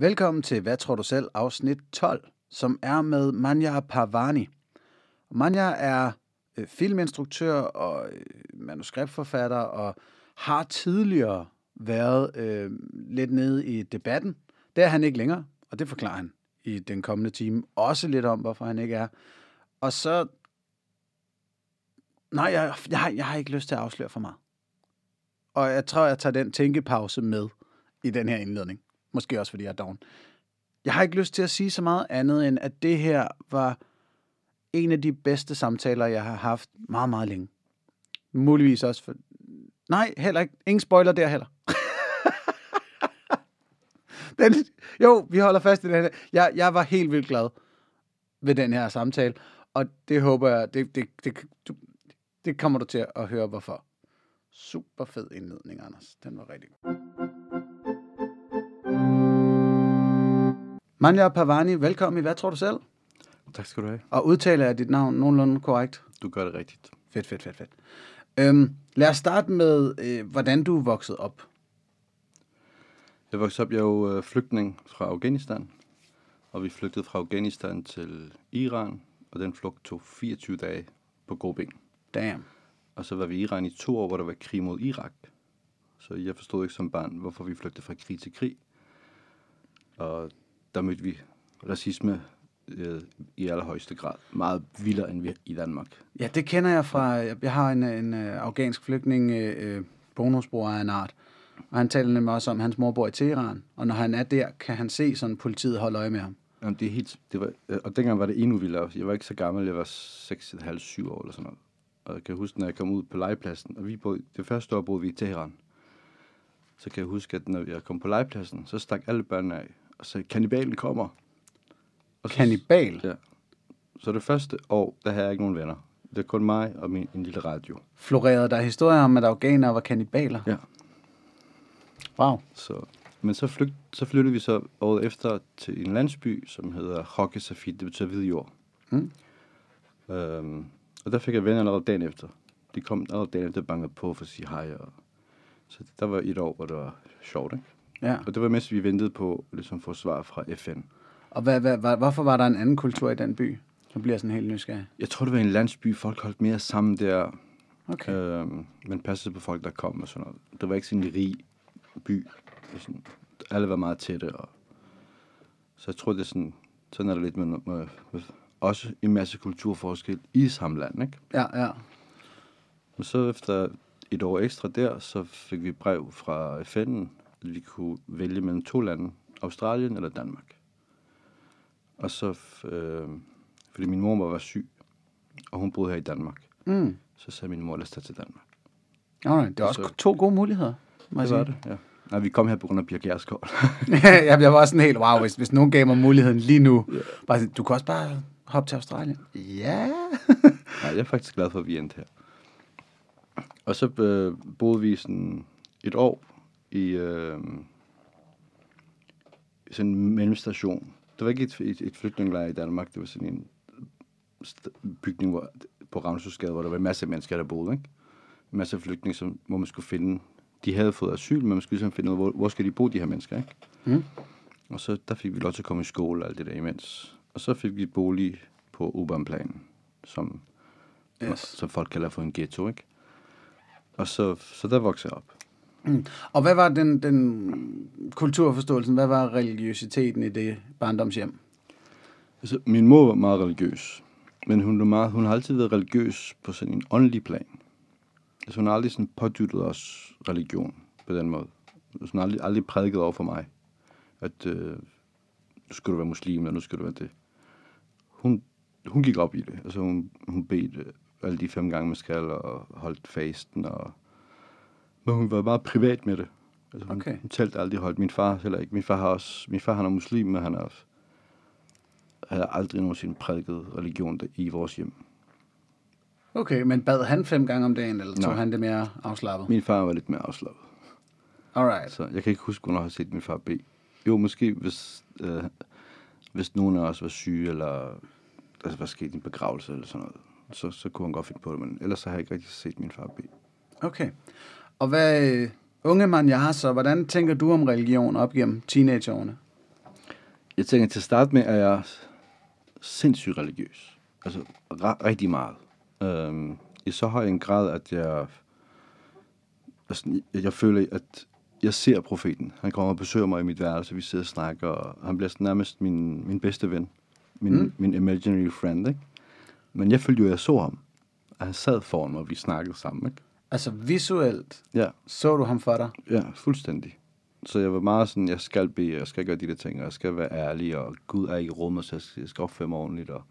Velkommen til Hvad tror du selv? Afsnit 12, som er med Manya Parvani. Manya er filminstruktør og manuskriptforfatter og har tidligere været lidt nede i debatten. Det er han ikke længere, og det forklarer han i den kommende time. Også lidt om, hvorfor han ikke er. Og så... Nej, jeg har ikke lyst til at afsløre for meget. Og jeg tror, jeg tager den tænkepause med i den her indledning. Måske også, fordi jeg er doven. Jeg har ikke lyst til at sige så meget andet, end at det her var en af de bedste samtaler, jeg har haft meget, meget længe. Muligvis også for... Nej, heller ikke. Ingen spoiler der heller. Jo, vi holder fast i den her. Jeg var helt vildt glad ved den her samtale, og det håber jeg, det kommer du til at høre, hvorfor. Super fed indledning, Anders. Den var rigtig god. Manya Parvani, velkommen i Hvad tror du selv? Tak skal du have. Og udtaler jeg dit navn nogenlunde korrekt? Du gør det rigtigt. Fedt. Lad os starte med, hvordan du er vokset op. Jeg er jo flygtning fra Afghanistan, og vi flygtede fra Afghanistan til Iran, og den flugt tog 24 dage på god ben. Damn. Og så var vi i Iran i 2 år, hvor der var krig mod Irak. Så jeg forstod ikke som barn, hvorfor vi flygtede fra krig til krig. Og der mødte vi racisme i allerhøjeste grad. Meget vildere end vi i Danmark. Ja, det kender jeg fra... Jeg har en afghansk flygtning, bonusbror af en art. Og han taler nemlig også om, at hans mor bor i Teheran. Og når han er der, kan han se sådan, politiet holde øje med ham. Jamen, og dengang var det endnu vildere. Jeg var ikke så gammel. Jeg var 6,5-7 år eller sådan noget. Og jeg kan huske, når jeg kom ud på legepladsen, og det første år boede vi i Teheran. Så kan jeg huske, at når jeg kom på legepladsen, så stak alle børnene af. Og så kannibalen kommer. Kannibal? Ja. Så det første år, der havde jeg ikke nogen venner. Det er kun mig og en lille radio. Florerede der historier om, at afghanere var kannibaler? Ja. Wow. Men så flyttede vi så året efter til en landsby, som hedder Hokke Safit. Det betyder hvid jord. Og der fik jeg venner allerede dagen efter. De kom allerede dagen efter, bankede på for at sige hej. Så der var et år, hvor det var sjovt, ikke? Ja. Og det var mest, vi ventede på ligesom få svar fra FN. Og hvorfor var der en anden kultur i den by? Så bliver jeg sådan helt nysgerrig. Jeg tror, det var en landsby. Folk holdt mere sammen der. Okay. Man passede på folk, der kom og sådan noget. Det var ikke sådan en rig by. Sådan, alle var meget tætte. Så jeg tror, det er sådan er det lidt med også en masse kulturforskel i samme land, ikke? Ja. Og så efter et år ekstra der, så fik vi brev fra FN, at vi kunne vælge mellem 2 lande, Australien eller Danmark. Og så, fordi min mor var syg, og hun boede her i Danmark, så sagde min mor, lad os tage til Danmark. Alright, det er også 2 gode muligheder, må jeg sige. Det var det, ja. Nej, vi kom her på grund af Pia Kjærsgaard. Jeg var sådan helt, wow, hvis nogen gav mig muligheden lige nu. Yeah. Bare, du kan også bare hoppe til Australien. Ja. Nej, jeg er faktisk glad for, at vi endte her. Og så boede vi sådan et år i sådan en mellemstation. Det var ikke et flygtningelejr i Danmark. Det var sådan en bygning på Ravnshusgade, hvor der var en masse mennesker, der boede, ikke? En masse flygtninge, hvor man skulle finde... De havde fået asyl, men man skulle ligesom finde ud af, hvor skal de bo, de her mennesker, ikke? Og så der fik vi lov til at komme i skole og alt det der imens. Og så fik vi et bolig på Ubernplanen, som folk kalder for en ghetto, ikke? Og så der voksede jeg op. Og hvad var den kulturforståelsen? Hvad var religiøsiteten i det barndomshjem? Altså, min mor var meget religiøs, men hun har altid været religiøs på sådan en åndelig plan. Altså, hun har aldrig sådan pådyttet os religion på den måde. Altså, hun har aldrig prædiket over for mig, at nu skal du være muslim, og nu skal du være det. Hun gik op i det. Altså, hun bedte alle de 5 gange, man skal, og holdt fasten, men hun var meget privat med det. Altså, hun talte aldrig højt. Min far heller ikke. Min far han er muslim, men han havde aldrig nogensinde prædiket religion i vores hjem. Okay, men bad han 5 gange om dagen, eller tog han det mere afslappet? Min far var lidt mere afslappet. Alright. Så jeg kan ikke huske, hvornår jeg har set min far bede. Jo, måske hvis nogen af os var syge, eller der var sket en begravelse eller sådan noget, så kunne han godt finde på det, men ellers så har jeg ikke rigtig set min far bede. Okay. Og unge Manya, så hvordan tænker du om religion op gennem teenageårene? Jeg tænker, til at starte med, er jeg sindssygt religiøs. Altså, rigtig meget. I så høj en grad, at jeg føler, at jeg ser profeten. Han kommer og besøger mig i mit værelse, vi sidder og snakker, og han bliver nærmest min bedste ven. Min imaginary friend, ikke? Men jeg følte jo, at jeg så ham. At han sad foran mig, og vi snakkede sammen, ikke? Altså visuelt Ja. så du ham for dig? Ja, fuldstændig. Så jeg var meget sådan, jeg skal bede, jeg skal gøre de der ting, og jeg skal være ærlig, og Gud er i rummet, så jeg skal opføre mig ordentligt. Og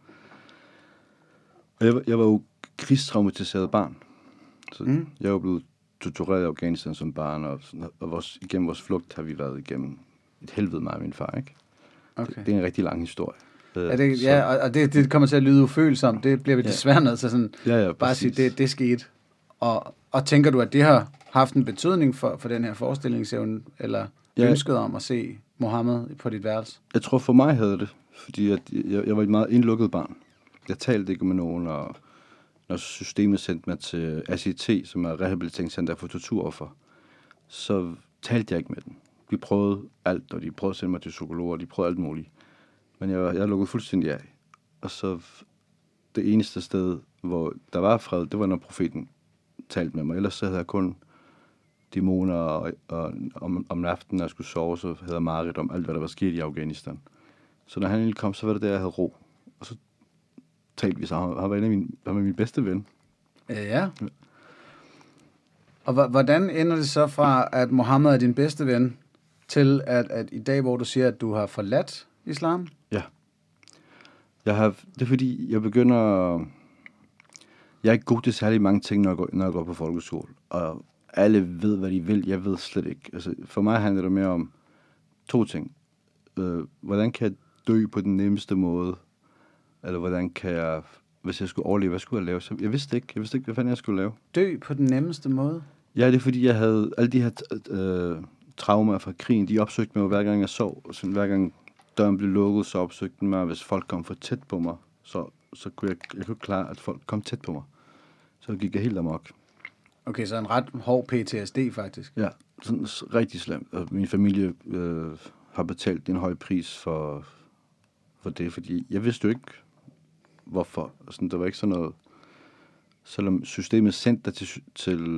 jeg var jo krigstraumatiseret barn. Så jeg var blevet tortureret i Afghanistan som barn, og igennem vores flugt har vi været igennem et helvede, mig og min far, ikke? Okay. Det er en rigtig lang historie. Og det kommer til at lyde ufølsomt. Det bliver vi desværre nødt til sådan bare at sige, det skete. Og tænker du, at det har haft en betydning for den her forestillingsevne, eller ønsket om at se Mohammed på dit værelse? Jeg tror for mig havde det, fordi at jeg var et meget indlukket barn. Jeg talte ikke med nogen, og når systemet sendte mig til ACT, som er Rehabiliteringscenter for torturoffer, så talte jeg ikke med dem. De prøvede alt, og de prøvede at sende mig til psykologer, og de prøvede alt muligt. Men jeg lukkede fuldstændig af. Og så det eneste sted, hvor der var fred, det var, når profeten talte med mig. Ellers så havde jeg kun dæmoner, og om aftenen, når jeg skulle sove, så havde jeg mareridt om alt, hvad der var sket i Afghanistan. Så når han egentlig kom, så var det der, jeg havde ro. Og så talte vi sammen. Han var min bedste ven. Ja. Og hvordan ender det så fra, at Mohammed er din bedste ven, til at i dag, hvor du siger, at du har forladt islam? Ja. Det er fordi, jeg begynder... Jeg er ikke god til særlig mange ting, når jeg går på folkeskole. Og alle ved, hvad de vil. Jeg ved slet ikke. Altså, for mig handler det mere om 2 ting. Hvordan kan jeg dø på den nemmeste måde? Eller hvordan kan jeg... Hvis jeg skulle overleve, hvad skulle jeg lave? Så jeg vidste ikke, hvad fanden jeg skulle lave. Dø på den nemmeste måde? Ja, det er fordi, jeg havde alle de her traumer fra krigen. De opsøgte mig hver gang jeg sov. Så hver gang døren blev lukket, så opsøgte den mig. Hvis folk kom for tæt på mig, så kunne jeg kunne klare, at folk kom tæt på mig. Så gik jeg helt amok. Okay, så en ret hård PTSD faktisk. Ja, sådan rigtig slemt. Og min familie har betalt en høj pris for det, fordi jeg vidste jo ikke, hvorfor. Sådan, der var ikke sådan noget... Selvom systemet sendte dig til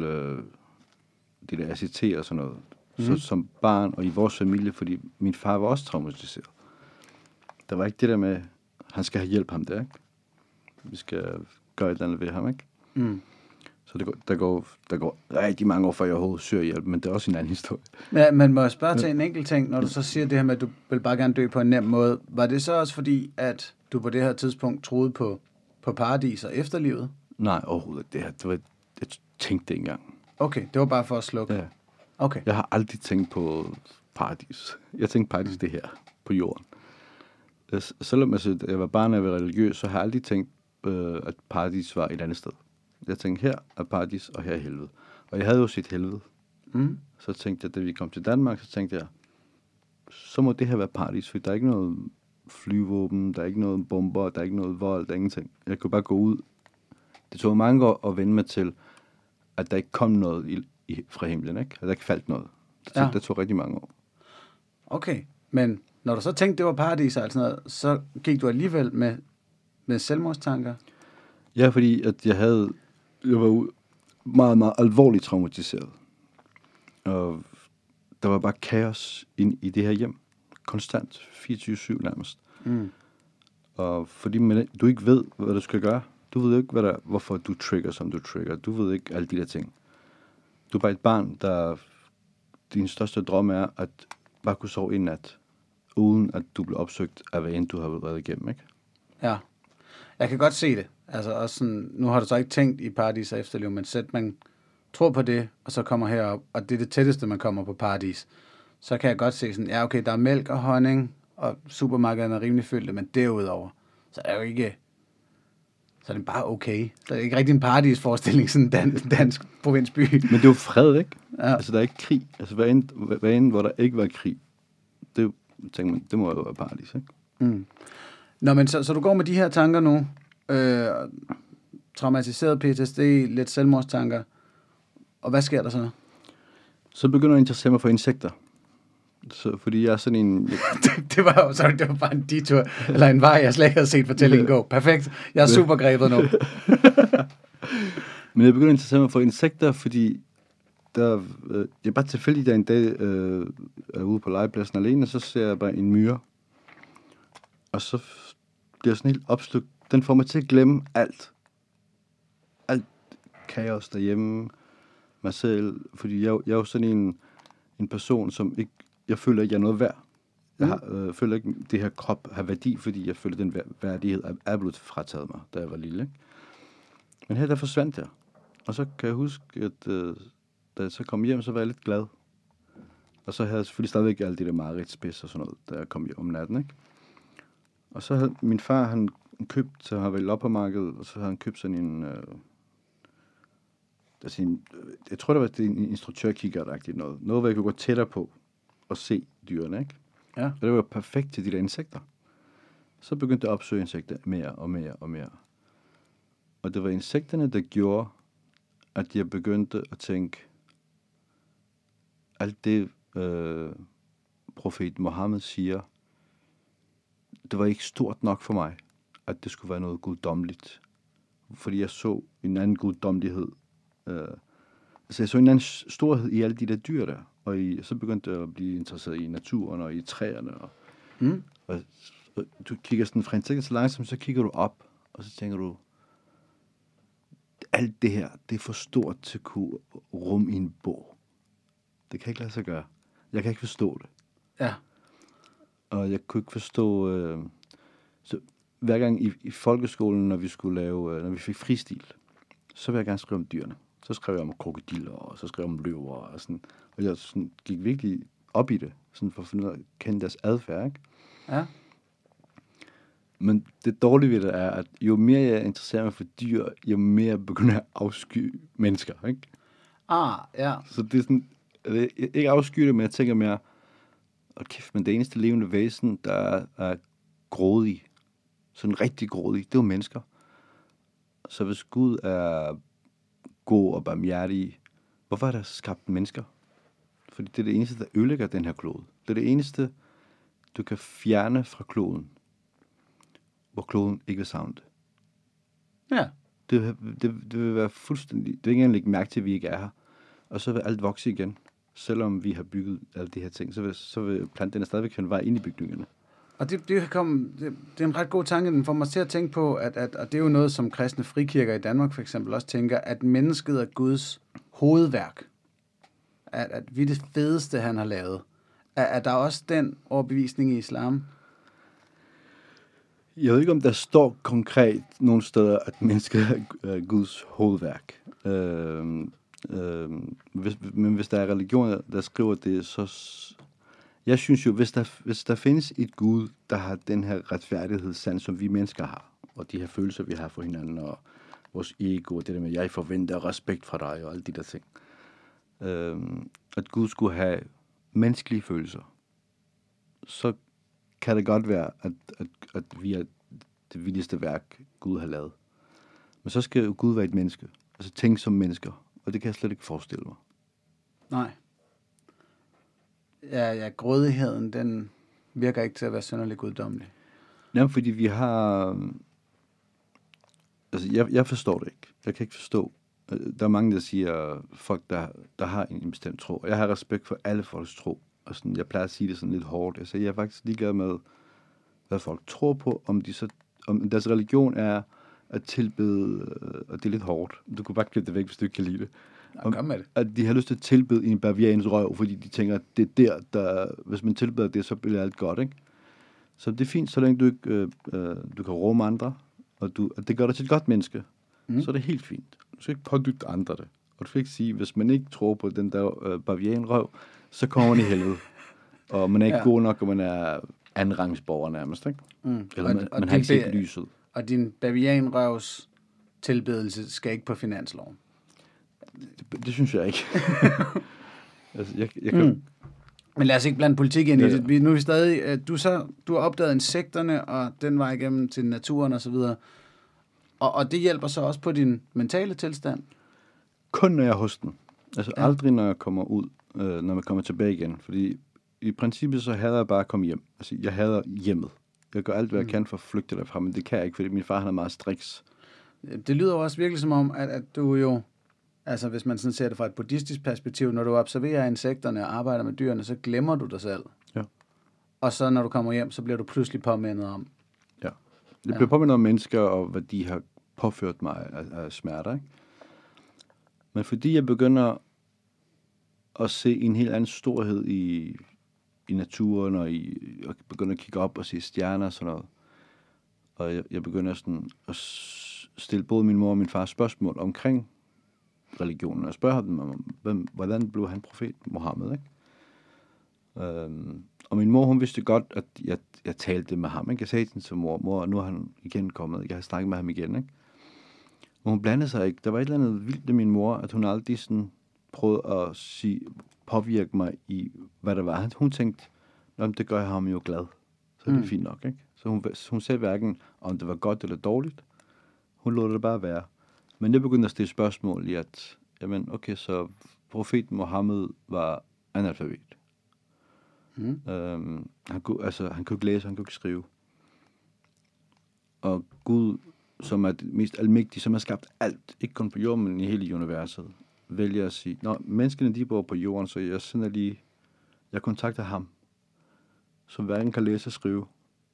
det der ACT og sådan noget, så som barn og i vores familie, fordi min far var også traumatiseret. Der var ikke det der med, han skal have hjælp ham der, ikke? Vi skal gøre et eller andet ved ham, ikke? Så der går rigtig mange år, før jeg overhovedet søger hjælp, men det er også en anden historie. Ja, men må jeg spørge til en enkelt ting, når du så siger det her med, at du vil bare gerne dø på en nem måde. Var det så også fordi, at du på det her tidspunkt troede på paradis og efterlivet? Nej, overhovedet ikke. Jeg tænkte det ikke engang. Okay, det var bare for at slukke? Ja. Okay. Jeg har aldrig tænkt på paradis. Jeg tænkte paradis det her, på jorden. Selvom jeg var barn og jeg var religiøs, så har jeg aldrig tænkt, at paradis var et andet sted. Jeg tænkte, her er paradis, og her er helvede. Og jeg havde jo set helvede. Så tænkte jeg, da vi kom til Danmark, så tænkte jeg, så må det her være paradis, for der er ikke noget flyvåben, der er ikke noget bomber, der er ikke noget vold, der er ingenting. Jeg kunne bare gå ud. Det tog mange år at vende mig til, at der ikke kom noget fra himlen, ikke? At der ikke faldt noget. Det tog rigtig mange år. Okay, men når du så tænkte, det var paradis og alt sådan noget, så gik du alligevel med selvmordstanker? Ja, fordi at jeg var meget, meget alvorligt traumatiseret. Og der var bare kaos ind i det her hjem. Konstant. 24/7 nærmest. Og fordi du ikke ved, hvad du skal gøre. Du ved ikke, hvorfor du trigger, som du trigger. Du ved ikke alle de der ting. Du er bare et barn, der... Din største drøm er, at bare kunne sove en nat, uden at du bliver opsøgt af, hvad end du har været igennem, ikke? Ja. Jeg kan godt se det. Altså også sådan, nu har du så ikke tænkt i paradis og efterliv, men sæt man tror på det, og så kommer herop, og det er det tætteste, man kommer på paradis, så kan jeg godt se sådan, ja okay, der er mælk og honning, og supermarkederne er rimelig fyldte, men derudover, så er det jo ikke, så er det bare okay. Så er det ikke rigtig en paradisforestilling, sådan en dansk provinsby. Men det er jo fred, ikke? Ja. Altså, der er ikke krig. Altså, hvad end, hvor der ikke var krig, det tænker man, det må jo være paradis, ikke? Nå, men så du går med de her tanker nu, traumatiseret PTSD, lidt selvmordstanker, og hvad sker der så? Så begynder jeg at interessere mig for insekter. Så, fordi jeg er sådan en... det var bare en detur, eller en vej, jeg slet ikke havde set fortællingen gå. Perfekt. Jeg er super grebet nu. Men jeg begyndte at interessere mig for insekter, fordi jeg er bare tilfældigt, der en dag er ude på legepladsen alene, og så ser jeg bare en myre. Og så bliver jeg sådan helt opslugt. Den får mig til at glemme alt. Alt kaos derhjemme, mig selv. Fordi jeg er jo sådan en person, som ikke... Jeg føler ikke, jeg er noget værd. Jeg føler ikke, det her krop har værdi, fordi jeg føler, den værdighed er blevet frataget mig, da jeg var lille. Ikke? Men her der forsvandt jeg. Og så kan jeg huske, at da jeg så kom hjem, så var jeg lidt glad. Og så havde jeg selvfølgelig stadigvæk alle de der mareridtsspids og sådan noget, da jeg kom hjem om natten. Ikke? Og så havde min far, han købt, så har været op på markedet, og så havde han købt sådan en... jeg tror, det var en instruktørkigger-agtigt noget. Noget, hvor jeg kunne gå tættere på og se dyrene, ikke? Ja. Og det var perfekt til de der insekter. Så begyndte jeg at opsøge insekter mere og mere og mere. Og det var insekterne, der gjorde, at jeg begyndte at tænke, alt det profet Mohammed siger, det var ikke stort nok for mig, at det skulle være noget guddommeligt. Fordi jeg så en anden guddommelighed. Altså jeg så en anden storhed i alle de der dyr der. Og så begyndte jeg at blive interesseret i naturen og i træerne. Og du kigger sådan fra insekter så langsomt, så kigger du op, og så tænker du, alt det her, det er for stort til at kunne rumme i en bog. Det kan ikke lade sig gøre. Jeg kan ikke forstå det. Ja. Og jeg kunne ikke forstå... så hver gang i folkeskolen, når vi fik fristil, så ville jeg gerne skrive om dyrene. Så skrev jeg om krokodiller, og så skrev jeg om løver, og sådan. Og jeg sådan, gik virkelig op i det, sådan for at finde ud af at kende deres adfærd, ikke? Ja. Men det dårlige ved det er, at jo mere jeg interesserer mig for dyr, jo mere begynder jeg at afsky mennesker, ikke? Ja. Så det er sådan, ikke afsky det, men jeg tænker mere, kæft, men det eneste levende væsen, der er grådig, sådan rigtig grådig, det er jo mennesker. Så hvis Gud er god og barmhjertig, hvorfor er der skabt mennesker? Fordi det er det eneste, der ødelægger den her klode. Det er det eneste, du kan fjerne fra kloden, hvor kloden ikke vil savne det. Ja. Det vil være fuldstændig... Det vil ikke engang lægge mærke til, at vi ikke er her. Og så vil alt vokse igen. Selvom vi har bygget alle de her ting, så vil planten stadigvæk finde vej ind i bygningerne. Og det er en ret god tanke, den får mig til at tænke på, at det er jo noget, som kristne frikirker i Danmark for eksempel også tænker, at mennesket er Guds hovedværk. At vi er det fedeste, han har lavet. Er der også den overbevisning i islam? Jeg ved ikke, om der står konkret nogle steder, at mennesket er Guds hovedværk. Men hvis der er religioner, der skriver det, så... Jeg synes jo, hvis der findes et Gud, der har den her retfærdighedssand, som vi mennesker har, og de her følelser, vi har for hinanden, og vores ego, og det der med, jeg forventer respekt fra dig, og alle de der ting. At Gud skulle have menneskelige følelser, så kan det godt være, at vi er det vildeste værk, Gud har lavet. Men så skal jo Gud være et menneske, altså tænke som mennesker, og det kan jeg slet ikke forestille mig. Nej. Ja, grådigheden, den virker ikke til at være synderligt guddommelig. Jamen, fordi vi har... Altså, jeg forstår det ikke. Jeg kan ikke forstå. Der er mange, der siger, folk, der har en bestemt tro. Og jeg har respekt for alle folks tro. Og sådan, jeg plejer at sige det sådan lidt hårdt. Altså, jeg er faktisk ligeglad med, hvad folk tror på, om deres religion er at tilbede, og det er lidt hårdt. Du kunne bare klippe det væk, hvis du ikke kan lide det. At de har lyst til at tilbede en bavians røv, fordi de tænker, at det er der, hvis man tilbeder det, så bliver alt godt, ikke? Så det er fint, så længe du ikke du kan rumme andre, og det gør dig til et godt menneske, så er det helt fint. Du skal ikke pådytte andre det. Og du skal ikke sige, hvis man ikke tror på den der bavianrøv, så kommer man i helvede. Og man er ikke god nok, og man er andenrangsborger nærmest, ikke? Eller man har ikke set lyset. Og din bavianrøvs tilbedelse skal ikke på finansloven. Det synes jeg ikke. Altså, jeg kan... Men lad os ikke blande politik ind i det. Nu er vi stadig... Du har opdaget insekterne, og den vej igennem til naturen og så videre. Og det hjælper så også på din mentale tilstand? Kun når jeg er hos den. Altså aldrig, når jeg kommer ud, når man kommer tilbage igen. Fordi i princippet så hader jeg bare at komme hjem. Altså, jeg hader hjemmet. Jeg gør alt, hvad jeg kan for at flygte derfra, men det kan jeg ikke, fordi min far han er meget striks. Det lyder også virkelig som om, at du jo, altså hvis man sådan ser det fra et buddhistisk perspektiv, når du observerer insekterne og arbejder med dyrene, så glemmer du dig selv. Ja. Og så når du kommer hjem, så bliver du pludselig påmindet om. Ja. Det bliver påmindet om mennesker, og hvad de har påført mig af smerter, ikke? Men fordi jeg begynder at se en helt anden storhed i naturen, og jeg begynder at kigge op og se stjerner og sådan noget, og jeg begynder sådan at stille både min mor og min far spørgsmål omkring religionen, og spørge dem om, hvordan blev han profet Mohammed, ikke? Og min mor, hun vidste godt, at jeg talte med ham, ikke? Jeg sagde til mor, nu er han igen kommet, jeg har snakket med ham igen, ikke? Men hun blandede sig ikke. Der var et eller andet vildt med min mor, at hun aldrig sådan prøvede at påvirke mig i, hvad der var. Hun tænkte, det gør jeg ham jo glad. Så er det fint nok, ikke? Så hun sagde hverken, om det var godt eller dårligt. Hun lod det bare være. Men jeg begyndte at stille spørgsmål i, at jamen, okay, så profeten Mohammed var analfabet. Han kunne ikke læse, han kunne ikke skrive. Og Gud, som er det mest almægtige, som har skabt alt, ikke kun på jorden, men i hele universet, vælger at sige, menneskene de bor på jorden, så jeg kontakter ham, som hverken kan læse og skrive.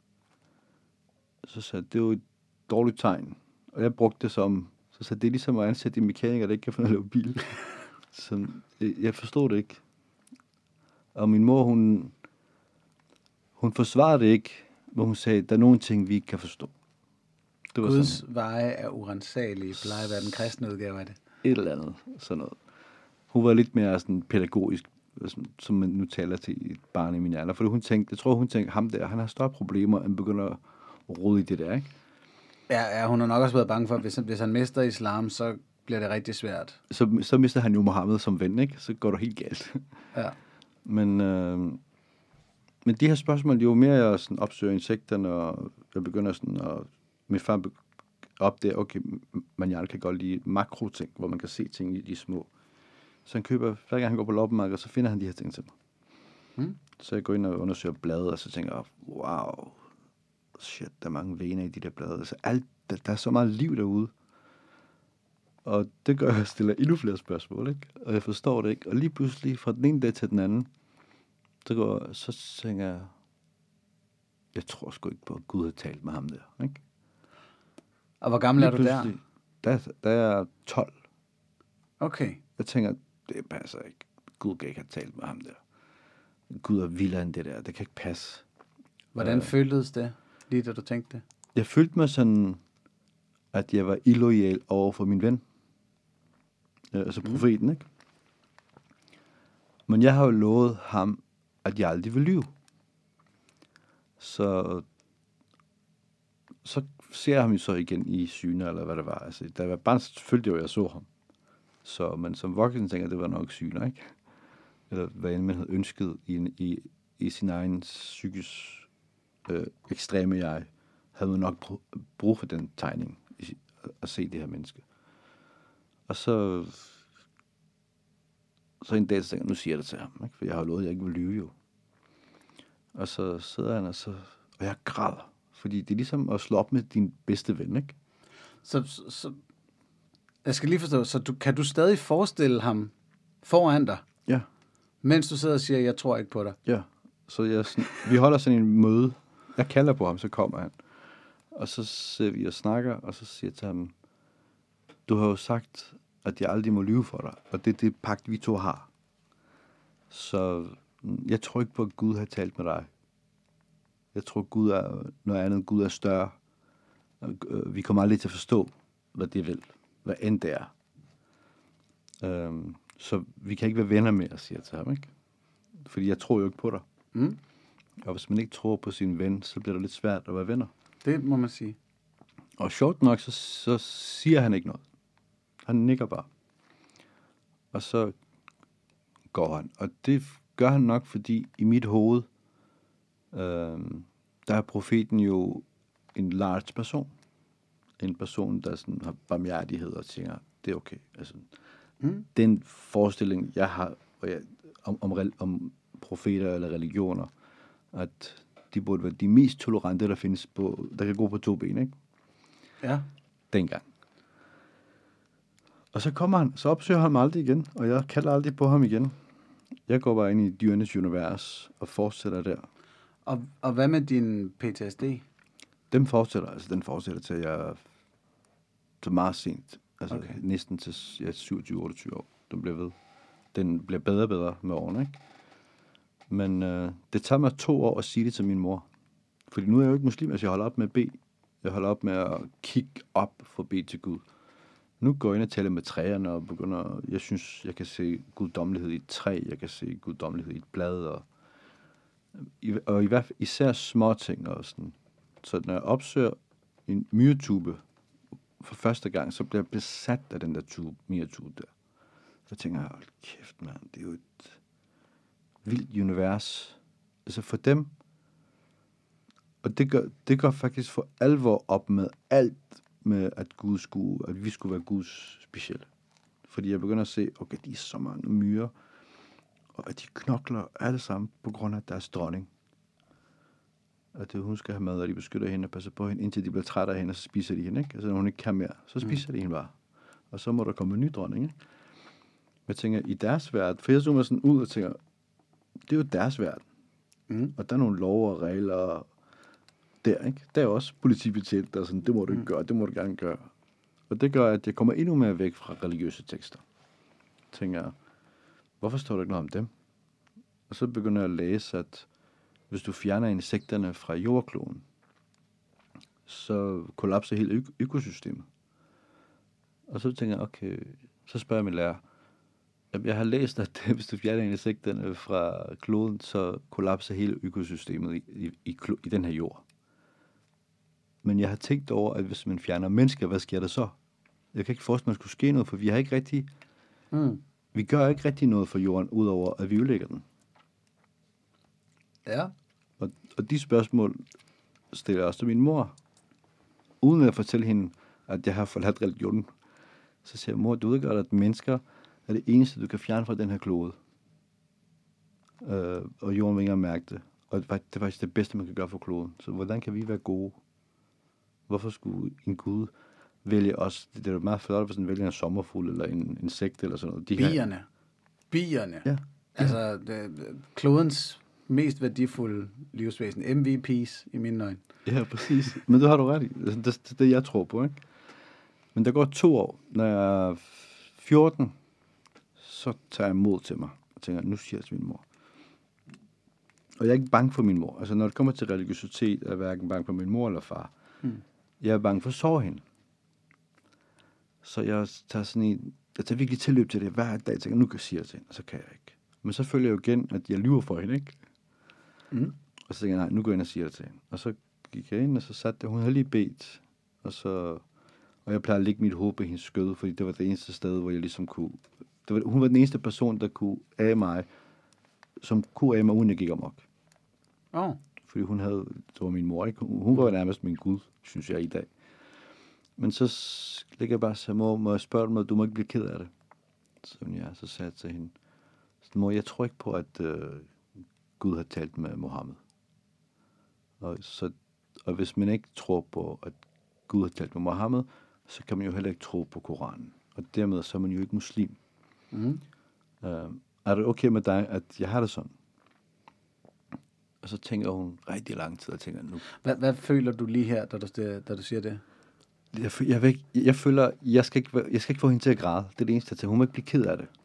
Så sagde det er jo et dårligt tegn. Og jeg brugte det så sagde det er ligesom at ansætte de mekanikere, der ikke kan finde at lave bil. Så jeg forstod det ikke. Og min mor, hun forsvarede det ikke, hvor hun sagde, der er nogle ting, vi ikke kan forstå. Det var Guds sådan, veje er urensagelige, plejer at være den kristne udgave af det. et eller andet, sådan noget. Hun var lidt mere sådan pædagogisk, som man nu taler til et barn i min alder. For hun tænkte, ham der, han har større problemer, end begynder at rode i det der, ikke? Ja, hun har nok også været bange for, at hvis han mister islam, så bliver det rigtig svært. Så mister han jo Mohammed som ven, ikke? Så går det helt galt. Ja. Men de her spørgsmål, jo mere jeg sådan opsøger insekterne, og jeg begynder sådan at... Min far opdager, okay, man kan godt lide makroting, hvor man kan se ting i de små. Så han køber, hver gang han går på loppemarkedet, så finder han de her ting til mig. Så jeg går ind og undersøger blade, og så tænker jeg, wow, shit, der er mange vener i de der blade. Så der er så meget liv derude. Og det gør, at jeg stiller endnu flere spørgsmål, ikke? Og jeg forstår det ikke. Og lige pludselig, fra den ene dag til den anden, så tænker jeg tror sgu ikke på, at Gud har talt med ham der, ikke? Og hvor gammel er du der? Der er 12. Okay. Jeg tænker, det passer ikke. Gud kan ikke have talt med ham der. Gud er vildere end det der. Det kan ikke passe. Hvordan føltes det, lige da du tænkte det? Jeg følte mig sådan, at jeg var illoyal over for min ven. Altså profeten, ikke? Men jeg har jo lovet ham, at jeg aldrig vil lyve. Så ser jeg ham jo så igen i syne, eller hvad det var. Altså, da jeg var barn, følte jeg jo, jeg så ham. Men som voksen tænker jeg, det var nok syner, ikke? Eller hvad end man havde ønsket i sin egen psykisk ekstreme jeg, havde man nok brug for den tegning, at se det her menneske. Og så en dag, så tænker jeg, nu siger jeg det til ham, ikke? For jeg har lovet, at jeg ikke vil lyve jo. Og så sidder han, og jeg græder. Fordi det er ligesom at slå op med din bedste ven, ikke? Så jeg skal lige forstå, så kan du stadig forestille ham foran dig? Ja. Mens du sidder og siger, jeg tror ikke på dig? Ja. Så vi holder sådan en møde. Jeg kalder på ham, så kommer han. Og så sidder vi og snakker, og så siger jeg til ham, du har jo sagt, at jeg aldrig må lyve for dig. Og det er det pagt, vi to har. Så jeg tror ikke på, at Gud har talt med dig. Jeg tror, Gud er noget andet. Gud er større. Vi kommer aldrig til at forstå, hvad det vil. Hvad end det er. Så vi kan ikke være venner mere, siger jeg til ham, ikke? Fordi jeg tror jo ikke på dig. Og hvis man ikke tror på sin ven, så bliver det lidt svært at være venner. Det må man sige. Og sjovt nok, så siger han ikke noget. Han nikker bare. Og så går han. Og det gør han nok, fordi i mit hoved, der er profeten jo en large person. En person, der sådan har barmhjertighed og tænker, det er okay. Altså, den forestilling, jeg har om profeter eller religioner, at de burde være de mest tolerante, der findes der kan gå på 2 ben, ikke? Ja. Dengang. Og så kommer han, så opsøger han mig aldrig igen, og jeg kalder aldrig på ham igen. Jeg går bare ind i dyrenes univers og fortsætter der. Og hvad med din PTSD? Den fortsætter til jeg til meget sent. Altså okay. Næsten til 27-28 år. Den bliver ved. Den bliver bedre og bedre med årene, ikke? Men det tager mig 2 år at sige det til min mor. Fordi nu er jeg jo ikke muslim, altså jeg holder op med at bede. Jeg holder op med at kigge op for at bede til Gud. Nu går jeg ind og taler med træerne og begynder, jeg synes, jeg kan se guddommelighed i et træ, jeg kan se guddommelighed i et blad, og i hvert fald især små ting og sådan. Så når jeg opsøger en myretube for første gang, så bliver jeg besat af den der myretube der. Så tænker jeg, hold kæft mand, det er jo et vildt univers. Altså for dem, og det går faktisk for alvor op med alt med, at vi skulle være Guds specielle. Fordi jeg begynder at se, okay, de er så mange myrer, og at de knokler alle sammen på grund af deres dronning. At hun skal have mad, og de beskytter hende og passer på hende, indtil de bliver trætte af hende, og så spiser de hende, ikke? Altså når hun ikke kan mere, så spiser de hende bare. Og så må der komme en ny dronning, ikke? Jeg tænker, i deres verden, for jeg zoomer sådan ud og tænker, det er jo deres verden. Og der er nogle lov og regler der, ikke? Der er også politibetjent, der er sådan, det må du ikke gøre, det må du gerne gøre. Og det gør, at jeg kommer endnu mere væk fra religiøse tekster. Jeg tænker, hvorfor står der ikke noget om dem? Og så begynder jeg at læse, at hvis du fjerner insekterne fra jordkloden, så kollapser hele økosystemet. Og så tænker jeg, okay, så spørger jeg min lærer, jeg har læst, at hvis du fjerner insekterne fra kloden, så kollapser hele økosystemet i den her jord. Men jeg har tænkt over, at hvis man fjerner mennesker, hvad sker der så? Jeg kan ikke forestille mig, at der skulle ske noget, for vi har ikke rigtig... Vi gør ikke rigtig noget for jorden, udover at vi ødelægger den. Ja. Og de spørgsmål stiller jeg også til min mor. Uden at fortælle hende, at jeg har forladt religionen. Så siger jeg, mor, du ved godt, at mennesker er det eneste, du kan fjerne fra den her klode. Og jorden vil ikke mærke det. Og det er faktisk det bedste, man kan gøre for kloden. Så hvordan kan vi være gode? Hvorfor skulle en Gud vælge os? Det er jo meget flot, hvis han vælger en sommerfugl eller en insekt eller sådan noget. Bierne. Ja. Altså, klodens mest værdifulde livsvæsen. MVP's i mine øjne. Ja, præcis. Men det har du ret i. Det er det, jeg tror på, ikke? Men der går 2 år. Når jeg er 14, så tager jeg mod til mig. Og tænker, nu siger jeg til min mor. Og jeg er ikke bange for min mor. Altså, når det kommer til religiøsitet, er jeg hverken bange for min mor eller far. Jeg er bange for at sove hende. Så jeg tager virkelig tilløb til det hver dag. Jeg tænker, nu kan jeg sige det til hende, og så kan jeg ikke. Men så føler jeg jo igen, at jeg lyver for hende, ikke? Og så tænker jeg, nej, nu går jeg ind og siger det til hende. Og så gik jeg ind, og så satte jeg, hun havde lige bedt. Og jeg plejer at lægge mit hoved på hendes skød, fordi det var det eneste sted, hvor jeg ligesom kunne... Hun var den eneste person, der kunne af mig, som kunne af mig, uden jeg gik amok. Fordi det var min mor, ikke? Hun var nærmest min Gud, synes jeg i dag. Men så ligger jeg bare og siger, mor, må jeg spørge dig, du må ikke blive ked af det. Så sagde jeg til hende, mor, jeg tror ikke på, at Gud har talt med Mohammed. Og hvis man ikke tror på, at Gud har talt med Mohammed, så kan man jo heller ikke tro på Koranen. Og dermed så er man jo ikke muslim. Er det okay med dig, at jeg har det sådan? Og så tænker hun rigtig lang tid, og tænker nu. Hvad føler du lige her, da du siger det? Jeg føler, jeg skal ikke få hende til at græde. Det er det eneste, hun må ikke blive ked af det.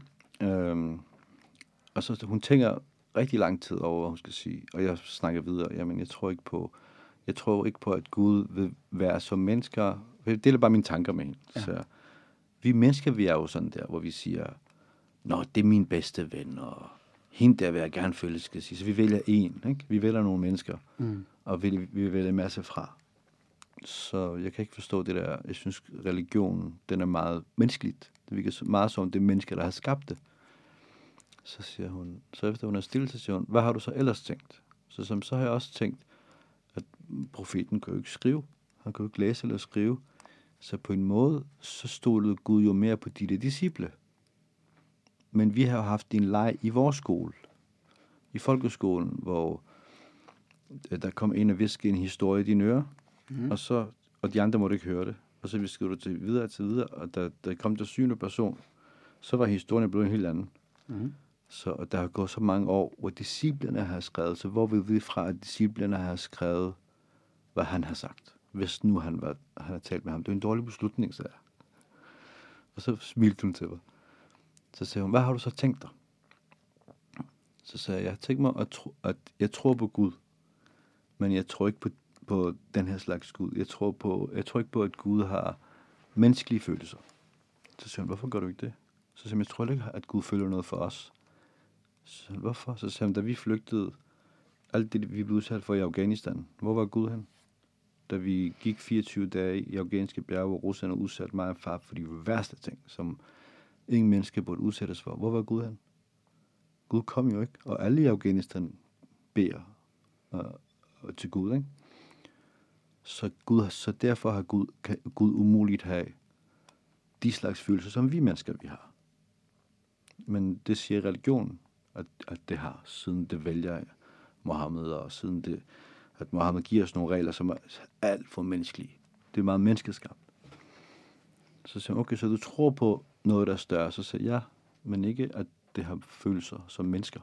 Og så hun tænker rigtig lang tid over, hvad hun skal sige. Og jeg snakker videre. Jamen, jeg tror ikke på, at Gud vil være som mennesker. Det er bare mine tanker med hende. Ja. Så vi mennesker, vi er jo sådan der, hvor vi siger, nå, det er min bedste ven, og hende der vil jeg gerne følge, skal sige. Så vi vælger en, ikke? Vi vælger nogle mennesker, og vi vælger en masse fra. Så jeg kan ikke forstå det der. Jeg synes, religionen, den er meget menneskeligt. Det virker meget som det mennesker, der har skabt det. Så siger hun, så efter hun er stille, så siger hun, hvad har du så ellers tænkt? Så har jeg også tænkt, at profeten kan jo ikke skrive. Han kan jo ikke læse eller skrive. Så på en måde, så stolede Gud jo mere på de disciple. Men vi har haft en leg i vores skole. i folkeskolen, hvor der kom en og viskede en historie i dine ører, og de andre måtte ikke høre det. Og så viskede du til videre, og da der kom der 7. person, så var historien blevet en helt anden. Så og der har gået så mange år, hvor disciplerne har skrevet, så hvor vil vi fra, at disciplerne har skrevet, hvad han har sagt, hvis nu han har talt med ham. Det er en dårlig beslutning, sagde jeg. Og så smilte hun til mig. Så sagde hun, hvad har du så tænkt dig? Så sagde jeg tænkte mig, at jeg tror på Gud, men jeg tror ikke på den her slags Gud. Jeg tror ikke på, at Gud har menneskelige følelser. Så siger hun, hvorfor gør du ikke det? Så siger hun, jeg tror ikke, at Gud føler noget for os. Så siger hun, hvorfor? Så siger hun, da vi flygtede, alt det, vi blev udsat for i Afghanistan, hvor var Gud hen? Da vi gik 24 dage i afghanske bjerge, hvor Rusland udsatte mig og far for de værste ting, som ingen menneske burde udsættes for. Hvor var Gud hen? Gud kom jo ikke, og alle i Afghanistan beder til Gud, ikke? Så derfor kan Gud umuligt have de slags følelser, som vi mennesker vi har. Men det siger religionen, at det har, siden det vælger Mohammed, og siden det, at Mohammed giver os nogle regler, som er alt for menneskelige. Det er meget menneskeskabt. Så siger han, okay, så du tror på noget, der er større. Så siger jeg, ja, men ikke, at det har følelser som mennesker.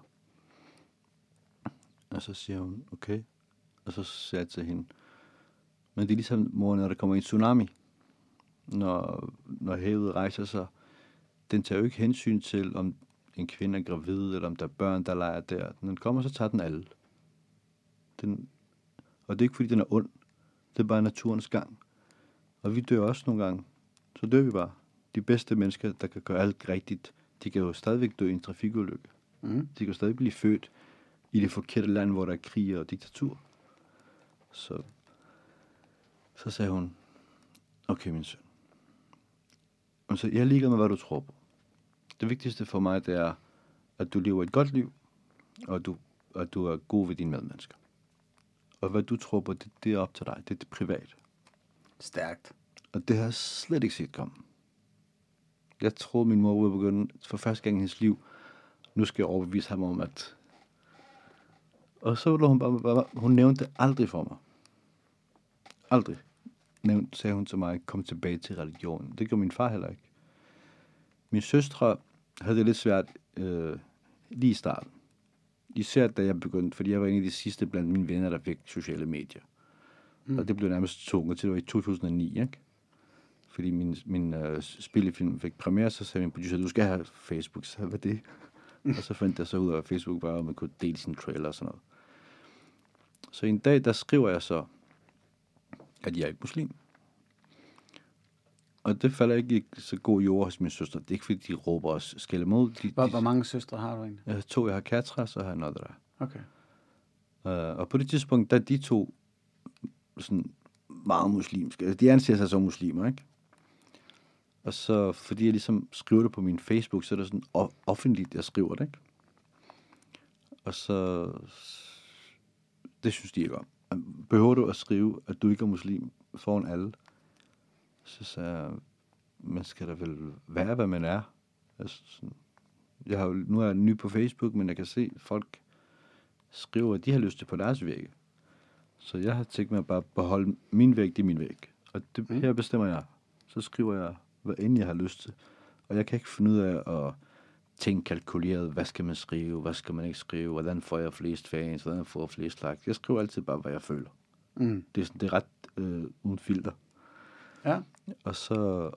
Og så siger hun, okay. Og så sagde jeg til hende, men det er ligesom, mor, når der kommer en tsunami. Når havet rejser sig, den tager jo ikke hensyn til, om en kvinde er gravid, eller om der er børn, der leger der. Når den kommer, så tager den alle. Og det er ikke, fordi den er ond. Det er bare naturens gang. Og vi dør også nogle gange. Så dør vi bare. De bedste mennesker, der kan gøre alt rigtigt, de kan jo stadigvæk dø i en trafikulykke. De kan jo stadig blive født i det forkerte land, hvor der er krig og diktatur. Så sagde hun, okay, min søn. Og så jeg er ligeglad med, hvad du tror på. Det vigtigste for mig, det er, at du lever et godt liv, og at du er god ved dine medmennesker. Og hvad du tror på, det er op til dig. Det er privat. Stærkt. Og det har jeg slet ikke set komme. Jeg troede, min mor ville begynde for første gang i hendes liv. Nu skal jeg overbevise ham om, at... Og så ville hun nævnte det aldrig for mig. Aldrig. Sagde hun til mig, kom tilbage til religionen. Det gjorde min far heller ikke. Min søstre havde det lidt svært lige i starten. Især da jeg begyndte, fordi jeg var en af de sidste blandt mine venner, der fik sociale medier. Og det blev nærmest tvunget til, det var i 2009, ikke? Fordi min spillefilm fik premiere, så sagde min producer, du skal have Facebook. Så hvad det? Og så fandt jeg så ud af, at Facebook var, at man kunne dele sin trailer og sådan noget. Så en dag, der skriver jeg så, at jeg er ikke muslim. Og det falder ikke i så god jord hos mine søstre. Det er ikke, fordi de råber os skælde mod. Hvor mange søstre har du egentlig? Jeg har 2. Jeg har Katra, så har jeg Nadra. Okay. Og på det tidspunkt, der de 2 sådan meget muslimske. De anser sig som muslimer, ikke? Og så, fordi jeg ligesom skriver det på min Facebook, så er det sådan offentligt, jeg skriver det, ikke? Og så, det synes de ikke om. Behøver du at skrive, at du ikke er muslim foran alle? Så sagde jeg, man skal da vel være, hvad man er. Altså, sådan, nu er jeg ny på Facebook, men jeg kan se, at folk skriver, at de har lyst til på deres vægge. Så jeg har tænkt mig at bare beholde min væg, det er min væg. Og det, her bestemmer jeg. Så skriver jeg, hvad end jeg har lyst til. Og jeg kan ikke finde ud af at tænke kalkuleret, hvad skal man skrive, hvad skal man ikke skrive, hvordan får jeg flest fans, hvordan får jeg flest likes. Jeg skriver altid bare, hvad jeg føler. Det er ret uden filter. Ja. Og så...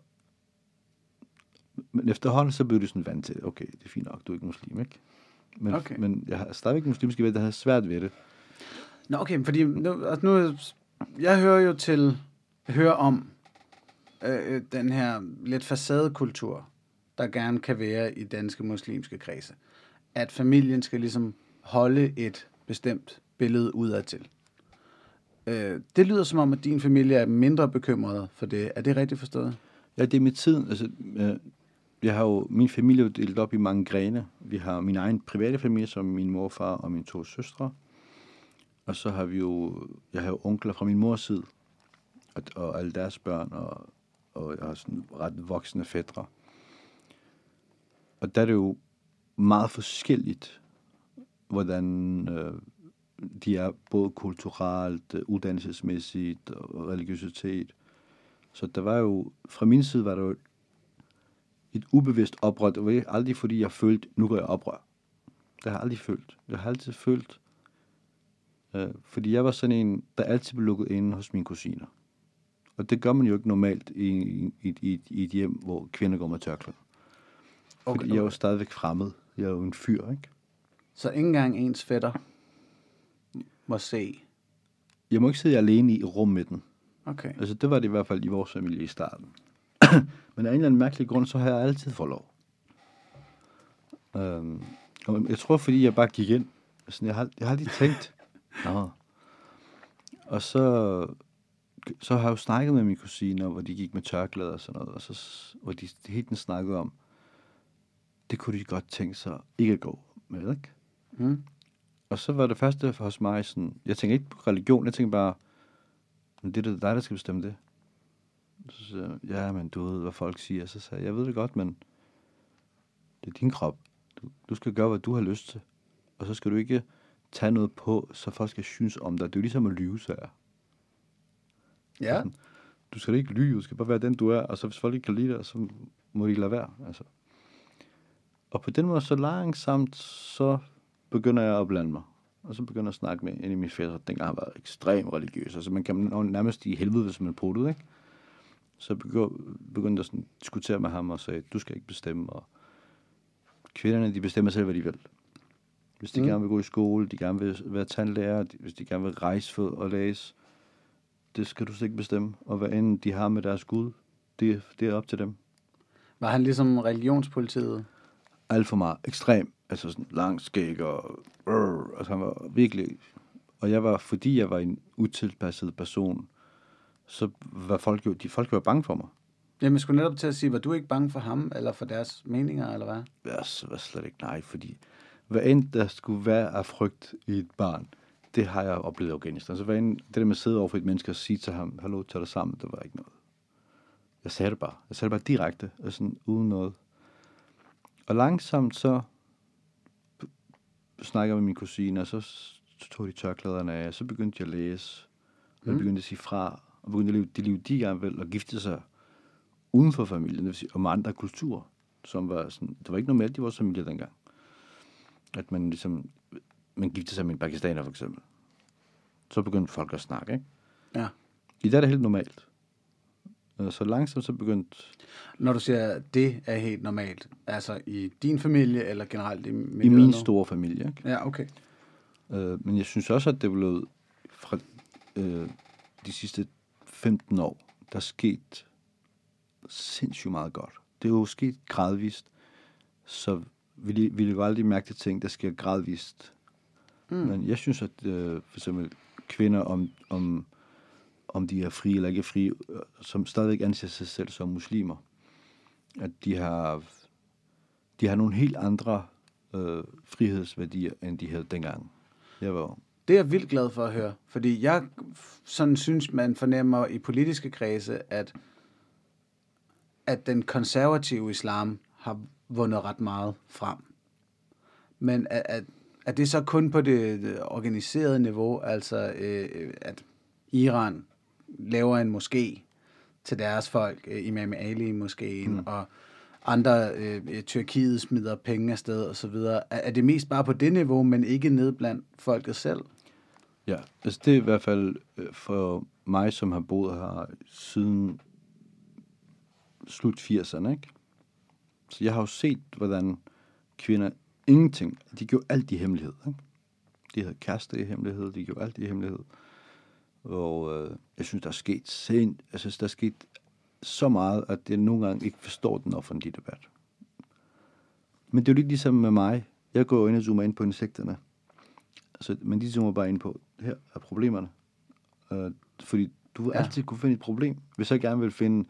Men efterhånden, så blev det sådan vant til, okay, det er fint nok, du er ikke muslim, ikke? Men, okay. Men jeg har stadigvæk muslimske venner, der har svært ved det. Nå, okay, fordi nu jeg hører om den her lidt facadekultur, der gerne kan være i danske muslimske kredse. At familien skal ligesom holde et bestemt billede udadtil. Det lyder som om, at din familie er mindre bekymret for det. Er det rigtigt forstået? Ja, det er med tiden. Altså, jeg har jo min familie delt op i mange grene. Vi har min egen private familie, som min morfar og mine 2 søstre. Og så har jeg har jo onkler fra min mors side, og alle deres børn, og jeg har sådan ret voksne fætre. Og der er det jo meget forskelligt, hvordan de er både kulturelt, uddannelsesmæssigt og religiøsitet. Så der var jo, fra min side var der jo et ubevidst oprør. Det var aldrig fordi jeg følte, nu går jeg oprør. Det har jeg aldrig følt. Jeg har altid følt, fordi jeg var sådan en, der altid blev lukket inde hos mine kusiner. Og det gør man jo ikke normalt i et hjem, hvor kvinder går med tørklæder. Okay, fordi jeg er jo stadigvæk fremmed. Jeg er jo en fyr, ikke? Så ikke engang ens fætter må se? Jeg må ikke sidde alene i rum med den. Okay. Altså, det var det i hvert fald i vores familie i starten. Men af en eller anden mærkelig grund, så har jeg altid fået lov. Og jeg tror, fordi jeg bare gik ind. Altså, jeg har aldrig tænkt. Nå. Og så har jeg jo snakket med mine kusiner, hvor de gik med tørklæder og sådan noget. Og så, hvor de helt snakkede om, det kunne de godt tænke sig ikke at gå med, ikke? Mm. Og så var det første hos mig sådan, jeg tænker ikke på religion, jeg tænker bare, men det er dig, der skal bestemme det. Så sagde jeg, ja, men du ved, hvad folk siger. Så sagde jeg ved det godt, men det er din krop. Du skal gøre, hvad du har lyst til. Og så skal du ikke tage noget på, så folk skal synes om dig. Det er jo ligesom at lyve, sagde jeg. Ja. Sådan, du skal ikke lyve, du skal bare være den, du er. Og så hvis folk ikke kan lide dig, så må de lade være. Altså. Og på den måde, så langsomt, så begynder jeg at blande mig. Og så begynder jeg at snakke med en af mine fædre. Dengang han var ekstremt religiøs. Altså man kan nærmest i helvede, hvis man prøver det, ikke? Så begyndte jeg sådan at diskutere med ham og sagde, du skal ikke bestemme. Og kvinderne, de bestemmer selv, hvad de vil. Hvis de gerne vil gå i skole, de gerne vil være tandlærer, hvis de gerne vil rejse for og læse, det skal du slet ikke bestemme. Og hvad end de har med deres Gud, det er op til dem. Var han ligesom religionspolitiet? Alt for meget. Ekstrem. Altså sådan lang skæg og... altså han var virkelig... Og jeg var, fordi jeg var en utilpasset person, så var folk jo... Folk var bange for mig. Jamen, jeg skulle netop til at sige, var du ikke bange for ham, eller for deres meninger, eller hvad? Jeg var slet ikke nej, fordi hvad end der skulle være af frygt i et barn, det har jeg oplevet i Afghanistan. Så det der med at sidde over for et menneske og sige til ham, hallo, tag dig sammen, det var ikke noget. Jeg sagde det bare. Jeg sagde det bare direkte, og sådan uden noget. Og langsomt så snakker jeg med mine kusiner, og så tog de tørklæderne af, og så begyndte jeg at læse, og jeg begyndte at sige fra, og begyndte at leve det liv, de gerne vil, og gifte sig uden for familien, det vil sige, og med andre kulturer, som var sådan, det var ikke normalt i vores familie dengang, at man ligesom, man giftede sig med en pakistaner for eksempel. Så begyndte folk at snakke, ikke? Ja. I dag er det helt normalt. Så langsomt så begyndte... Når du siger, at det er helt normalt, altså i din familie, eller generelt i miljøet? I min store familie, ikke? Ja, okay. Men jeg synes også, at det blev fra de sidste 15 år, der skete sindssygt meget godt. Det er jo sket gradvist, så vi jo aldrig mærke de ting, der sker gradvist. Men jeg synes, at for eksempel kvinder, om de er frie eller ikke frie, som stadigvæk anser sig selv som muslimer, at de har nogle helt andre frihedsværdier, end de havde dengang. Det er jeg vildt glad for at høre, fordi jeg sådan synes, man fornemmer i politiske kredse, at den konservative islam har vundet ret meget frem. Men er det så kun på det organiserede niveau, altså at Iran laver en moské til deres folk, Imam Ali-moskéen, og andre Tyrkiet smider penge afsted og så videre. Er det mest bare på det niveau, men ikke ned blandt folket selv? Ja, altså det er i hvert fald for mig, som har boet her siden slut 80'erne, ikke? Så jeg har jo set, hvordan kvinder ingenting, de gjorde alt i hemmelighed, ikke? De havde kærester i hemmelighed, de gjorde alt i hemmelighed. Og jeg synes, der er sket så meget, at jeg nogle gange ikke forstår den offentlige debat. Men det er jo lidt ligesom med mig. Jeg går ind og zoomer ind på insekterne. Altså, men de zoomer bare ind på, her er problemerne. Fordi du vil altid kunne finde et problem. Hvis jeg gerne vil finde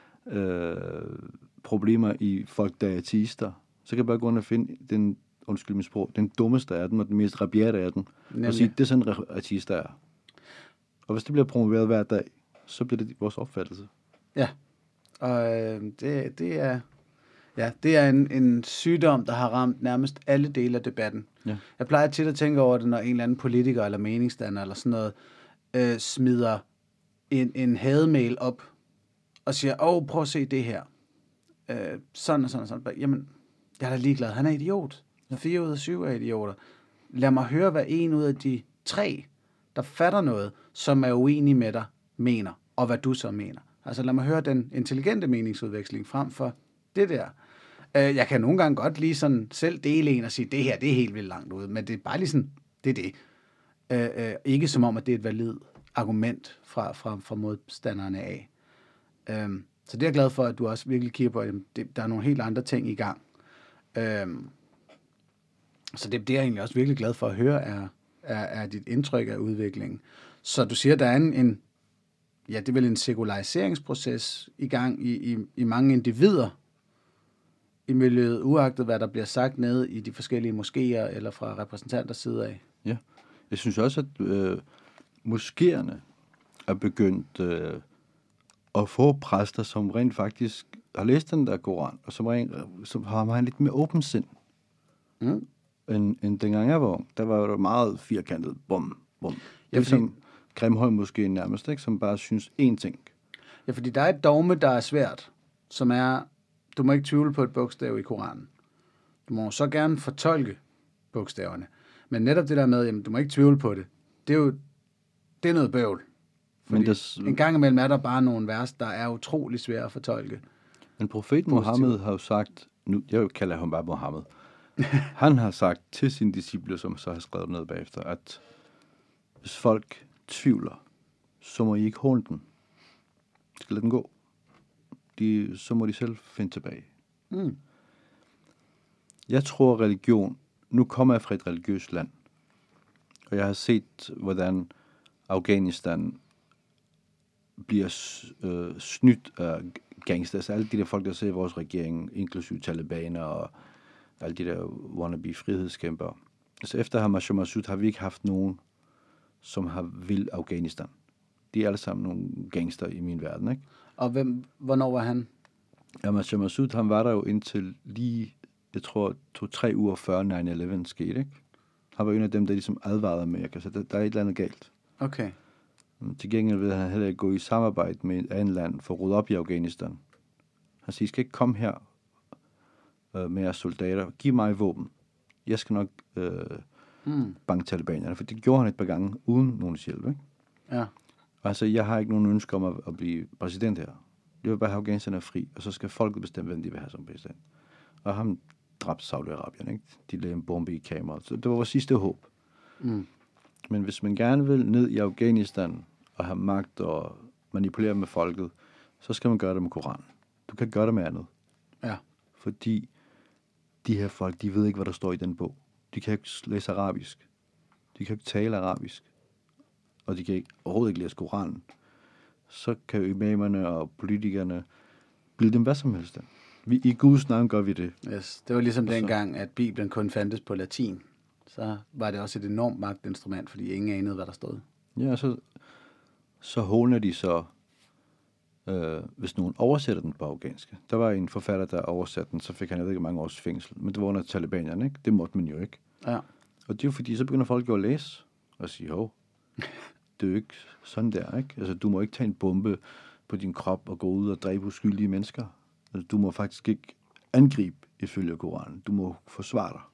problemer i folk, der er ateister, så kan jeg bare gå ind og finde den, undskyld min sprog, den dummeste af dem, og den mest rabiate af dem. Og sige, det er sådan, ateister er. Og hvis det bliver promoveret hver dag, så bliver det vores opfattelse. Ja, og det er Ja, det er en sygdom, der har ramt nærmest alle dele af debatten. Ja. Jeg plejer tit at tænke over det, når en eller anden politiker eller meningsstander eller sådan noget smider en hademail op og siger, prøv at se det her. Sådan og sådan og sådan. Jamen, jeg er da ligeglad. Han er idiot. 4 ud af 7 er idioter. Lad mig høre, hvad en ud af de 3, der fatter noget, som er uenig med dig, mener, og hvad du så mener. Altså lad mig høre den intelligente meningsudveksling frem for det der. Jeg kan nogle gange godt lige sådan selv dele en og sige, det her, det er helt vildt langt ude, men det er bare lige sådan, det er det. Ikke som om, at det er et valid argument fra modstanderne af. Så det er jeg glad for, at du også virkelig kigger på, at der er nogle helt andre ting i gang. Så det er jeg egentlig også virkelig glad for at høre, er dit indtryk af udviklingen. Så du siger, at der er det er vel en sekulariseringsproces i gang i mange individer i miljøet, uagtet hvad der bliver sagt nede i de forskellige moskéer eller fra repræsentanters side af. Ja, jeg synes også, at moskéerne er begyndt at få præster, som rent faktisk har læst den der Koran, og som har en lidt mere åben sind, end dengang jeg var ung. Der var jo meget firkantet, bum. Det er ligesom Grimhøj måske nærmest, ikke? Som bare synes én ting. Ja, fordi der er et dogme, der er svært, som er, du må ikke tvivle på et bogstav i Koranen. Du må så gerne fortolke bogstaverne. Men netop det der med, jamen, du må ikke tvivle på det, det er noget bøvl. Fordi en gang imellem er der bare nogle vers, der er utrolig svære at fortolke. Men profeten Mohammed har jo sagt, nu jeg kalder ham bare Mohammed, han har sagt til sine disciple, som så har skrevet ned bagefter, at hvis folk tvivler, så må I ikke holde den. Skal lade den gå. Så må de selv finde tilbage. Jeg tror religion, nu kommer jeg fra et religiøst land, og jeg har set, hvordan Afghanistan bliver snydt af gangsters. Alle de der folk, der sidder i vores regering, inklusive talibaner og alle de der wannabe frihedskæmpere. Altså efter Hamas Massoud har vi ikke haft nogen, som har vil Afghanistan. De er alle sammen nogle gangster i min verden, ikke? Og hvornår var han? Hamas Massoud, han var der jo indtil lige, jeg tror, 2-3 uger før 9/11 skete, ikke? Han var en af dem, der ligesom advarede Amerika, så der er et eller andet galt. Okay. Til gengæld vil han heller ikke gå i samarbejde med et andet land for at rydde op i Afghanistan. Han siger, I skal ikke komme her med jeres soldater. Giv mig våben. Jeg skal nok banke talibanerne. For det gjorde han et par gange uden nogens hjælp, ikke? Ja. Altså, jeg har ikke nogen ønske om at blive præsident her. Jeg vil bare have Afghanistan er fri, og så skal folket bestemme, hvem de vil have som præsident. Og ham dræbte Saudi-Arabien, ikke? De lagde en bombe i kameraet. Så det var vores sidste håb. Men hvis man gerne vil ned i Afghanistan og have magt og manipulere med folket, så skal man gøre det med Koranen. Du kan gøre det med andet. Ja. Fordi de her folk, de ved ikke, hvad der står i den bog. De kan ikke læse arabisk. De kan ikke tale arabisk. Og de kan overhovedet ikke læse Koranen. Så kan imamerne og politikerne bilde dem hvad som helst. I Guds navn gør vi det. Yes. Det var ligesom dengang, at Bibelen kun fandtes på latin. Så var det også et enormt magtinstrument, fordi ingen anede, hvad der stod. Ja, så håner de så, hvis nogen oversætter den på afghansk. Der var en forfatter, der oversatte den, så fik han, jeg ved ikke, mange års fængsel. Men det var under talibanerne, ikke? Det måtte man jo ikke. Ja. Og det er jo fordi, så begynder folk jo at læse og sige, det er jo ikke sådan der, ikke? Altså, du må ikke tage en bombe på din krop og gå ud og dræbe uskyldige mennesker. Altså, du må faktisk ikke angribe ifølge Koranen. Du må forsvare dig.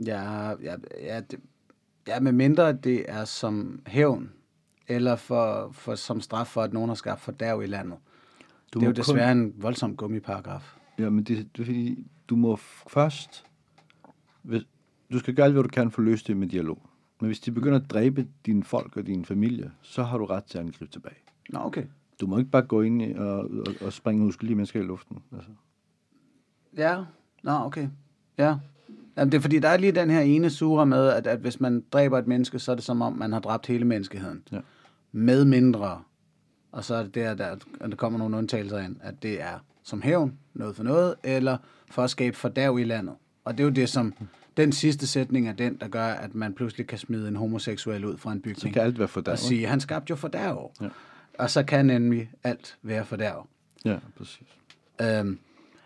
Ja, med mindre det er som hævn, eller for som straf for, at nogen har skabt fordærv i landet. Det er jo desværre en voldsom gummiparagraf. Ja, men det er fordi, du må først... Du skal gøre alt, hvad du kan for at løse det med dialog. Men hvis de begynder at dræbe dine folk og din familie, så har du ret til at angribe tilbage. Nå, okay. Du må ikke bare gå ind og springe uskyldige mennesker i luften. Altså. Ja, okay. Ja. Jamen, det er fordi, der er lige den her ene sura med, at hvis man dræber et menneske, så er det som om, man har dræbt hele menneskeheden. Ja. Med mindre. Og så er det der kommer nogle undtagelser ind, at det er som hævn, noget for noget, eller for at skabe fordærv i landet. Og det er jo det, som... Den sidste sætning er den, der gør, at man pludselig kan smide en homoseksuel ud fra en bygning. Så kan alt være fordærv. Og sige, han skabte jo fordærv. Ja. Og så kan nemlig alt være fordærv. Ja, præcis.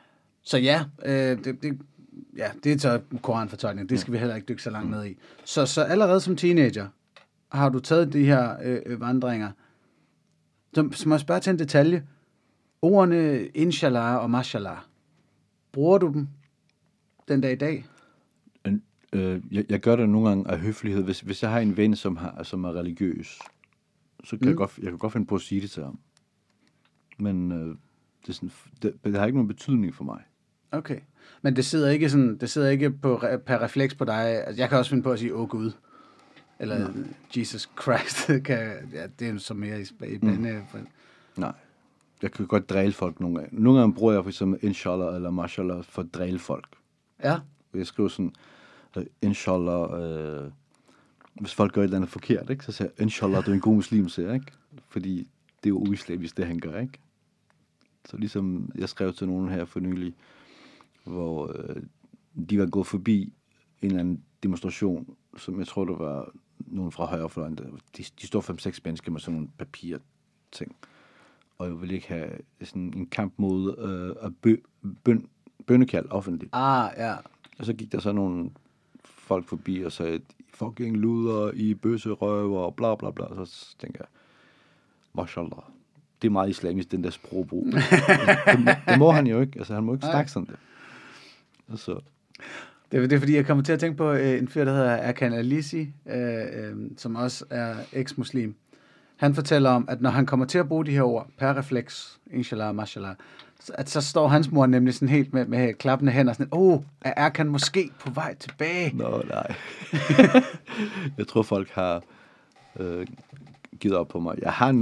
Så ja, det er så koranfortolkning. Det skal vi heller ikke dykke så langt ned i. Så allerede som teenager har du taget de her vandringer. Så må jeg spørge til en detalje. Ordene inshallah og mashallah, bruger du dem den dag i dag? Jeg gør det nogle gange af høflighed. Hvis jeg har en ven, som er religiøs, så kan jeg kan godt finde på at sige det til ham. Men det har ikke nogen betydning for mig. Okay. Men det sidder ikke per refleks på dig. Altså, jeg kan også finde på at sige, Gud. Eller Jesus Christ. Det er jo så mere i bande. Nej. Jeg kan godt dræle folk nogle gange. Nogle gange bruger jeg for eksempel inshallah eller mashallah for at dræle folk. Ja. Jeg skriver sådan, inshallah, hvis folk gør et eller andet forkert, ikke? Så siger jeg, inshallah, du er en god muslim, siger jeg, ikke? Fordi det er jo uislamisk, det han gør, ikke? Så ligesom jeg skrev til nogen her for nylig, hvor de var gået forbi en eller anden demonstration, som jeg tror, der var nogen fra højrefløjen. De står 5-6 mennesker med sådan nogle papirting. Og jeg vil ikke have sådan en kamp mod bønnekald offentligt. Ja. Og så gik der så nogle folk forbi og sagde, fucking luder, I bøsserøver og bla bla bla. Og så tænker jeg, mashallah, det er meget islamisk, den der sprogbrug. det må han jo ikke. Altså, han må ikke snakke sådan det. Altså. Det er fordi, jeg kommer til at tænke på en fyr, der hedder Erkan Alisi, som også er eks-muslim. Han fortæller om, at når han kommer til at bruge de her ord, per refleks, inshallah og mashallah, så står hans mor nemlig sådan helt med klappende hænder, sådan, er Erkan måske på vej tilbage? Nå, nej. Jeg tror, folk har givet op på mig. Jeg har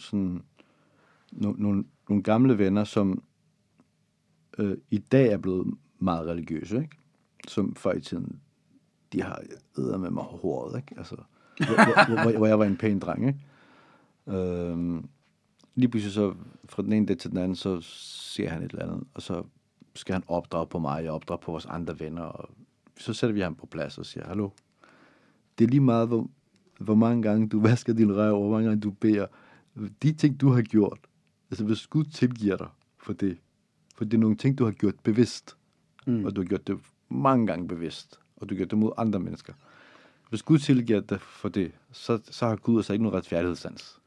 nogle gamle venner, som i dag er blevet meget religiøse, ikke? Som før i tiden, de har æder med mig håret, ikke? Altså, hvor jeg var en pæn dreng, ikke? Lige pludselig så fra den ene dag til den anden, så ser han et eller andet, og så skal han opdrage på mig, og opdrage på vores andre venner, og så sætter vi ham på plads og siger, hallo, det er lige meget, hvor mange gange du vasker din røv, og hvor mange gange du beder, de ting, du har gjort, altså hvis Gud tilgiver dig for det er nogle ting, du har gjort bevidst, og du har gjort det mange gange bevidst, og du har gjort det mod andre mennesker. Hvis Gud tilgiver dig for det, så har Gud altså ikke nogen retfærdighedssans.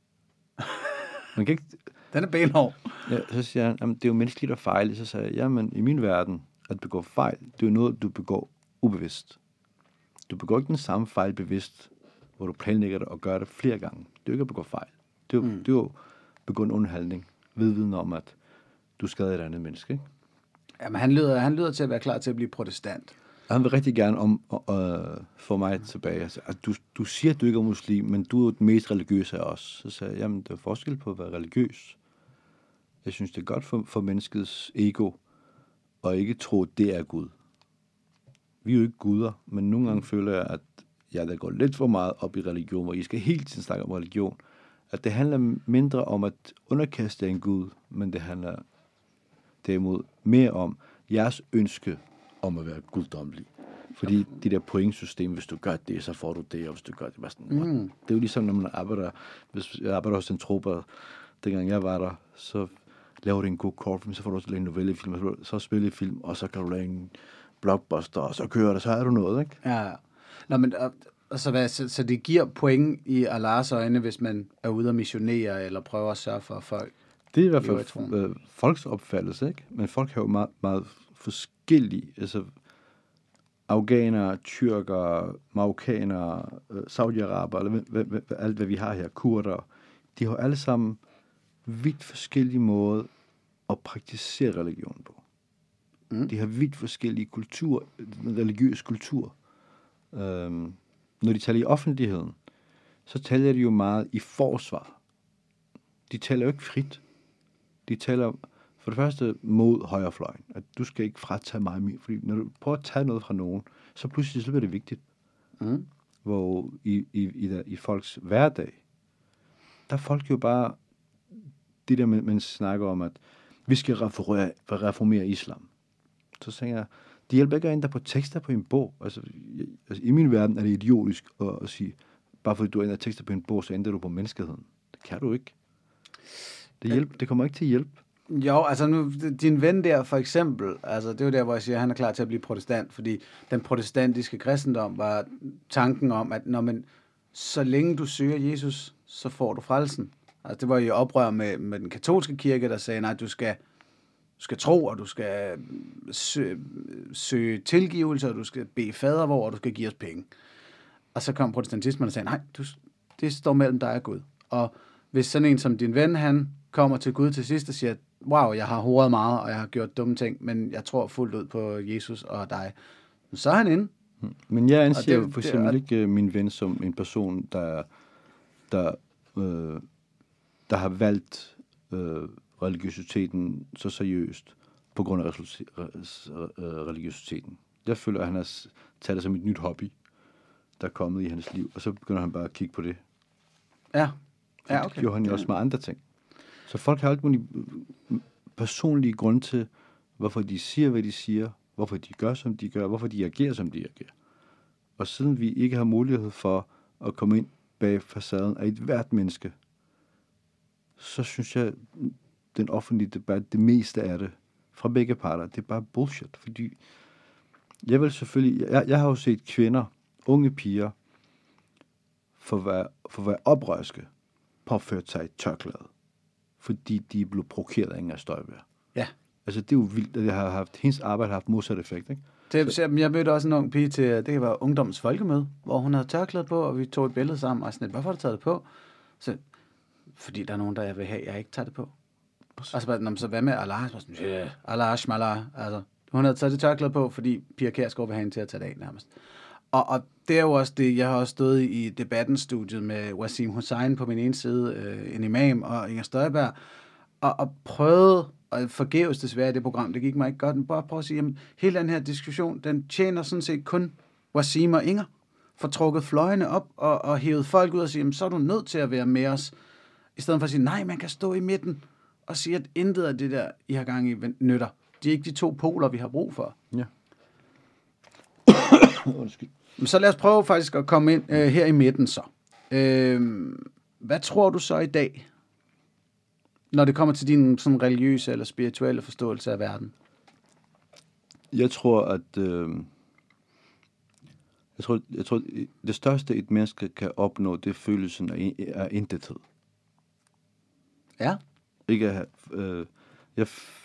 Man kan ikke. Den er benhård. Ja, så siger han, jamen, det er jo menneskeligt at fejle. Så siger jeg, jamen i min verden, at begå fejl, det er jo noget, du begår ubevidst. Du begår ikke den samme fejl bevidst, hvor du planlægger det og gør det flere gange. Det er jo ikke at begå fejl. Det er jo at begå en ond handling, vedviden om, at du skader et andet menneske, ikke? Jamen, han lyder til at være klar til at blive protestant. Han vil rigtig gerne få mig tilbage. Altså, at du siger, at du ikke er muslim, men du er den mest religiøse af os. Så sagde jeg, jamen, der er forskel på at være religiøs. Jeg synes, det er godt for menneskets ego, og ikke tro, at det er Gud. Vi er jo ikke guder, men nogle gange føler jeg, at der går lidt for meget op i religion, hvor I skal hele tiden snakke om religion. At det handler mindre om at underkaste en Gud, men det handler derimod mere om jeres ønske om at være guddommelig. Fordi det der pointsystem, hvis du gør det, så får du det, og hvis du gør det, bare sådan, det er jo ligesom, når man arbejder, hvis jeg arbejder hos en trupper, dengang jeg var der, så laver du en god kortfilm, så får du også lavet en novellefilm, så spiller film, og så kan du lave en blockbuster, og så kører det, så er du noget, ikke? Ja. Nå, men så det giver point i Allahs øjne, hvis man er ude og missionere, eller prøver at sørge for folk. Det er i hvert fald folks opfattelse, ikke? Men folk har jo meget, meget forskellige, altså afghanere, tyrkere, marokkanere, saudiaraber, alt hvad vi har her, kurder, de har alle sammen vidt forskellige måder at praktisere religion på. De har vidt forskellige kultur, religiøs kultur. Når de taler i offentligheden, så taler de jo meget i forsvar. De taler jo ikke frit. De taler for det første mod højrefløjen, at du skal ikke fratage mig mere, fordi når du prøver at tage noget fra nogen, så pludselig så bliver det vigtigt. Hvor i folks hverdag, der er folk jo bare, det der man snakker om, at vi skal reformere islam. Så tænker jeg, det hjælper ikke at ændre på tekster på en bog. Altså, i min verden er det idiotisk at sige, bare fordi du ændrer tekster på en bog, så ændrer du på menneskeheden. Det kan du ikke. Det kommer ikke til at hjælpe. Jo, altså nu, din ven der for eksempel, altså det er jo der, hvor jeg siger, at han er klar til at blive protestant, fordi den protestantiske kristendom var tanken om, at så længe du søger Jesus, så får du frelsen. Altså det var i oprør med den katolske kirke, der sagde, nej, du skal tro, og du skal søge tilgivelse, og du skal bede fadervor, og du skal give os penge. Og så kom protestantismen og sagde, nej, det står mellem dig og Gud. Og hvis sådan en som din ven, han kommer til Gud til sidst og siger, wow, jeg har hovedet meget, og jeg har gjort dumme ting, men jeg tror fuldt ud på Jesus og dig, så er han inde. Men jeg anser jo for eksempel ikke min ven som en person, der har valgt religiøsiteten så seriøst på grund af religiøsiteten. Jeg føler, at han har taget det som et nyt hobby, der er kommet i hans liv, og så begynder han bare at kigge på det. Ja, okay. Det gjorde han jo også med andre ting. Så folk har alt muligt personlige grunde til, hvorfor de siger, hvad de siger, hvorfor de gør, som de gør, hvorfor de agerer, som de agerer. Og siden vi ikke har mulighed for at komme ind bag facaden af et hvert menneske, så synes jeg, den offentlige debat, det meste af det, fra begge parter, det er bare bullshit. Fordi jeg vil selvfølgelig, jeg har jo set kvinder, unge piger, for at være oprørske, påført sig et tørklæde, fordi de er blevet provokeret af Inger Støjberg. Ja. Altså, det er jo vildt, at hendes arbejde har haft modsat effekt, ikke? Jeg mødte også en ung pige til, det var ungdommens folkemøde, hvor hun havde tørklæde på, og vi tog et billede sammen, og sådan, hvorfor har du taget det på? Så, fordi der er nogen, der vil have, jeg ikke tager det på. Og så hvad med Allah? Allah, shmallah. Altså, hun havde taget det tørklæde på, fordi Pia Kjærsgaard vil have hende til at tage det af nærmest. Og det er jo også det, jeg har også stået i debattens studiet med Wasim Hussein på min ene side, en imam, og Inger Støjberg, og prøvede, og forgæves desværre i det program, det gik mig ikke godt, men bare prøve at sige, jamen, hele den her diskussion, den tjener sådan set kun Wasim og Inger, for trukket fløjene op og hævet folk ud og sige, jamen, så er du nødt til at være med os, i stedet for at sige, nej, man kan stå i midten og sige, at intet af det der, I har gang i, nytter. De er ikke de to poler, vi har brug for. Ja. Så lad os prøve faktisk at komme ind her i midten så. Hvad tror du så i dag, når det kommer til din sådan religiøse eller spirituelle forståelse af verden? Jeg tror, at jeg tror, det største et menneske kan opnå, det er følelsen af intethed. Ja. Ikke at have,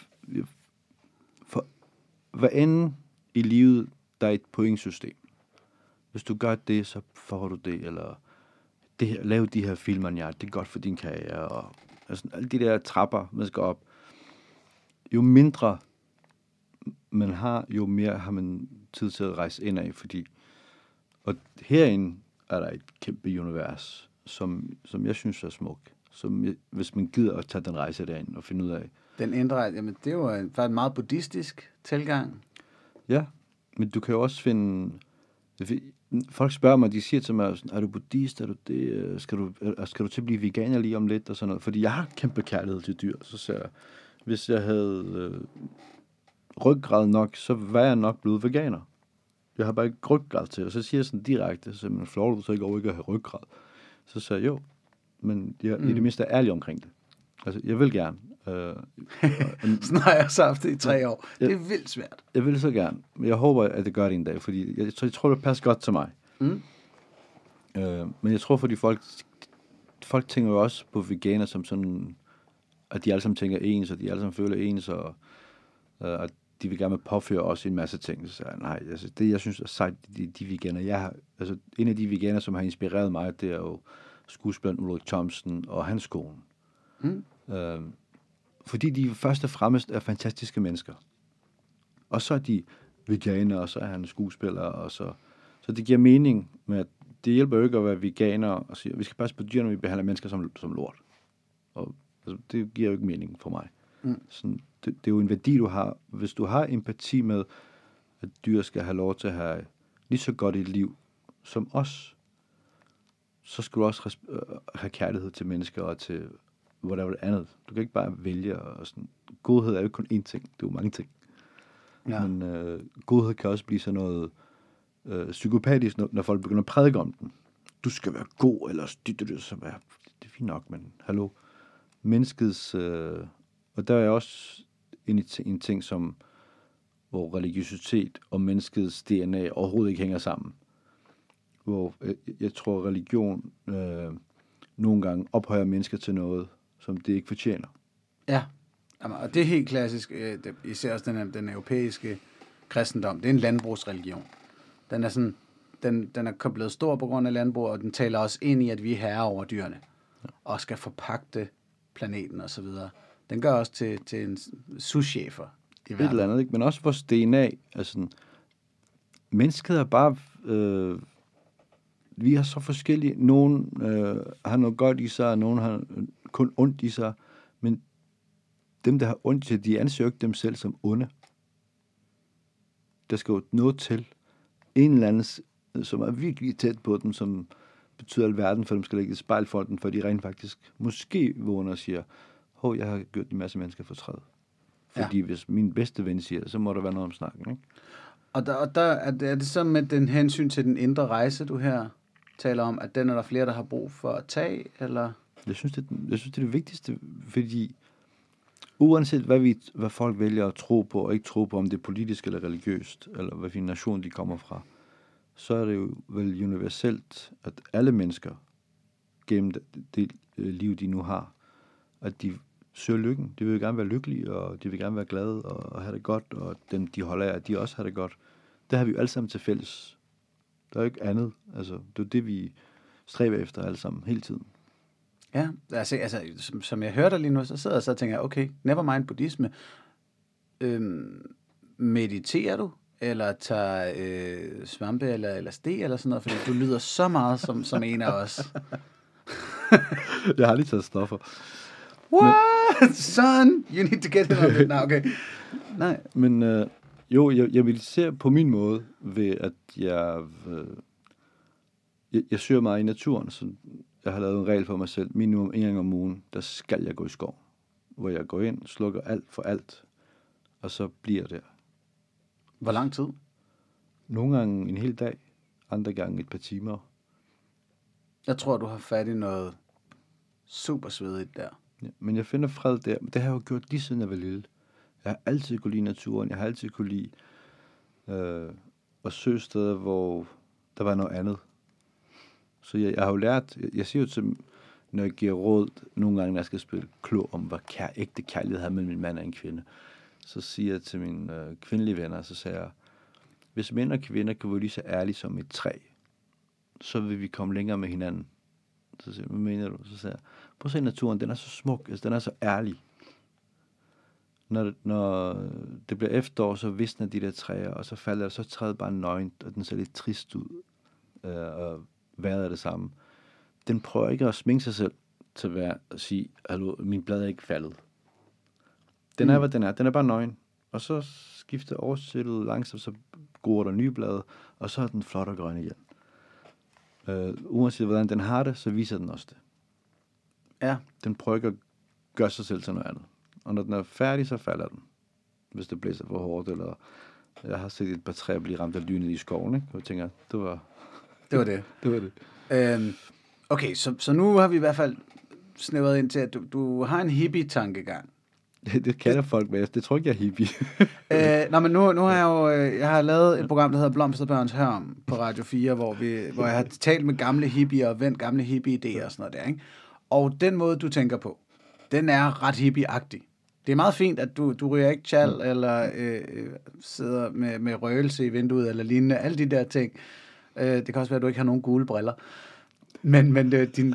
for hvad end i livet, der er et pointsystem. Hvis du gør det, så får du det, eller lav de her filmer, ja, det er godt for din karriere, og altså, alle de der trapper, man skal op. Jo mindre man har, jo mere har man tid til at rejse ind af, fordi, og herinde er der et kæmpe univers, som jeg synes er smuk, hvis man gider at tage den rejse derind og finde ud af. Den indre, jamen det er jo en meget buddhistisk tilgang. Ja, men du kan jo også finde, folk spørger mig, de siger til mig, er du buddhist, er du det, skal du til at blive veganer lige om lidt, og sådan noget, fordi jeg har kæmpe kærlighed til dyr, så siger jeg, hvis jeg havde ryggrad nok, så var jeg nok blevet veganer. Jeg har bare ikke ryggrad til det, så siger jeg sådan direkte, så man flår du så ikke over ikke at have ryggrad. Så siger jeg, jo, men jeg i det mindste er ærlig omkring det. Altså, jeg vil gerne. Sådan har jeg så haft det i 3 år. Det er vildt svært. Jeg vil så gerne, men jeg håber, at det gør det en dag, fordi jeg tror, det passer godt til mig. Men jeg tror, fordi folk tænker jo også på veganer som sådan, at de alle sammen tænker ens, og de alle sammen føler ens, og at de vil gerne påføre også en masse ting. Så nej, altså det, jeg synes er sejt, de veganer, altså en af de veganer, som har inspireret mig, det er jo skuespilleren Ulrik Thomsen og hans kone. Fordi de først og fremmest er fantastiske mennesker. Og så er de veganer, og så er han skuespiller, og så det giver mening med, at det hjælper jo ikke at være veganer og sige, vi skal passe på dyrene, vi behandler mennesker som lort. Og altså, det giver jo ikke mening for mig. Sådan, det er jo en værdi, du har. Hvis du har empati med, at dyr skal have lov til at have lige så godt et liv som os, så skal du også have kærlighed til mennesker og til whatever det andet. Du kan ikke bare vælge. Og sådan. Godhed er jo ikke kun én ting. Det er jo mange ting. Ja. Men godhed kan også blive sådan noget psykopatisk, når folk begynder at prædike om den. Du skal være god, eller det er fint nok, men hallo. Menneskets Og der er også en ting, som hvor religiøsitet og menneskets DNA overhovedet ikke hænger sammen. Hvor jeg tror, religion nogle gange ophøjer mennesker til noget, som det ikke fortjener. Ja, og det er helt klassisk, især også den europæiske kristendom. Det er en landbrugsreligion. Den er sådan, den er blevet stor på grund af landbrug, og den taler også ind i, at vi er herre over dyrene, og skal forpagte planeten og så videre. Den gør også til en souschefer i verden. Et eller andet, ikke? Men også vores DNA. Altså, mennesket er bare... vi er så forskellige. Nogen har noget godt i sig, og nogen har kun ondt i sig. Men dem, der har ondt i sig, de anser jo ikke dem selv som onde. Der skal jo noget til. En eller anden, som er virkelig tæt på dem, som betyder alverden, for dem skal lægge et spejl for dem, for de rent faktisk måske vågner og siger, jeg har gjort en masse mennesker fortræd. Fordi hvis min bedste ven siger det, så må der være noget om snakken, ikke? Og der er det så med den hensyn til den indre rejse, du her taler om, at den er der flere, der har brug for at tage, eller? Jeg synes, det er det vigtigste, fordi uanset hvad folk vælger at tro på, og ikke tro på, om det er politisk eller religiøst, eller hvad for en nation de kommer fra, så er det jo vel universelt, at alle mennesker, gennem det liv, de nu har, at de søger lykken. De vil gerne være lykkelige, og de vil gerne være glade og have det godt, og dem, de holder af, de også har det godt. Det har vi jo alle sammen til fælles. Der er jo ikke andet. Altså, det er det, vi stræber efter alle sammen, hele tiden. Ja, altså som jeg hører dig lige nu, så sidder jeg så og tænker, okay, never mind buddhisme. Mediterer du? Eller tager svampe eller LSD eller sådan noget? Fordi du lyder så meget som en af os. Jeg har lige taget stoffer. What? Son, you need to get him on it. Nej, okay. Nej, men jeg mediterer på min måde ved, at jeg søger meget i naturen, så jeg har lavet en regel for mig selv. Minimum en gang om ugen, der skal jeg gå i skov. Hvor jeg går ind, slukker alt for alt, og så bliver der. Hvor lang tid? Nogle gange en hel dag, andre gange et par timer. Jeg tror, du har fat i noget super svedigt der. Ja, men jeg finder fred der. Det har jeg jo gjort lige siden jeg var lille. Jeg har altid kunne lide naturen. Jeg har altid kunne lide at søge steder, hvor der var noget andet. Så jeg har jo lært, jeg siger jo til, når jeg giver råd, nogle gange, når jeg skal spille klog om, hvor ægte kærlighed har mellem en mand og en kvinde, så siger jeg til mine kvindelige venner, så siger jeg, hvis mænd og kvinder kan være lige så ærlige som et træ, så vil vi komme længere med hinanden. Så siger jeg, hvad mener du? Så siger jeg, prøv at se naturen, den er så smuk, altså den er så ærlig. Når det bliver efterår, så visner de der træer, og så falder så træet bare nøgent, og den ser lidt trist ud, og vejret er det samme. Den prøver ikke at sminke sig selv til at sige, hallo, min blad er ikke faldet. Den er, hvad den er. Den er bare nøgen. Og så skifter årssættet langsomt, så går der nye blade, og så er den flot og grøn igen. Uanset hvordan den har det, så viser den også det. Ja. Den prøver ikke at gøre sig selv til noget andet. Og når den er færdig, så falder den. Hvis det blæser for hårdt, eller jeg har set et par træer blive ramt af lynet i skoven, ikke? Og jeg tænker, det var det. Det var det. Okay, så nu har vi i hvert fald snævret ind til, at du har en hippie-tankegang. Det kalder folk med. Det tror ikke, jeg er hippie. Nå, men nu har jeg har lavet et program, der hedder Blomsterbørns Hørm på Radio 4, hvor jeg har talt med gamle hippier og vendt gamle hippie-idéer og sådan noget der, ikke? Og den måde, du tænker på, den er ret hippie-agtig. Det er meget fint, at du ryger ikke tjal, eller sidder med røgelse i vinduet, eller lignende. Alle de der ting. Det kan også være, at du ikke har nogen gule briller. Men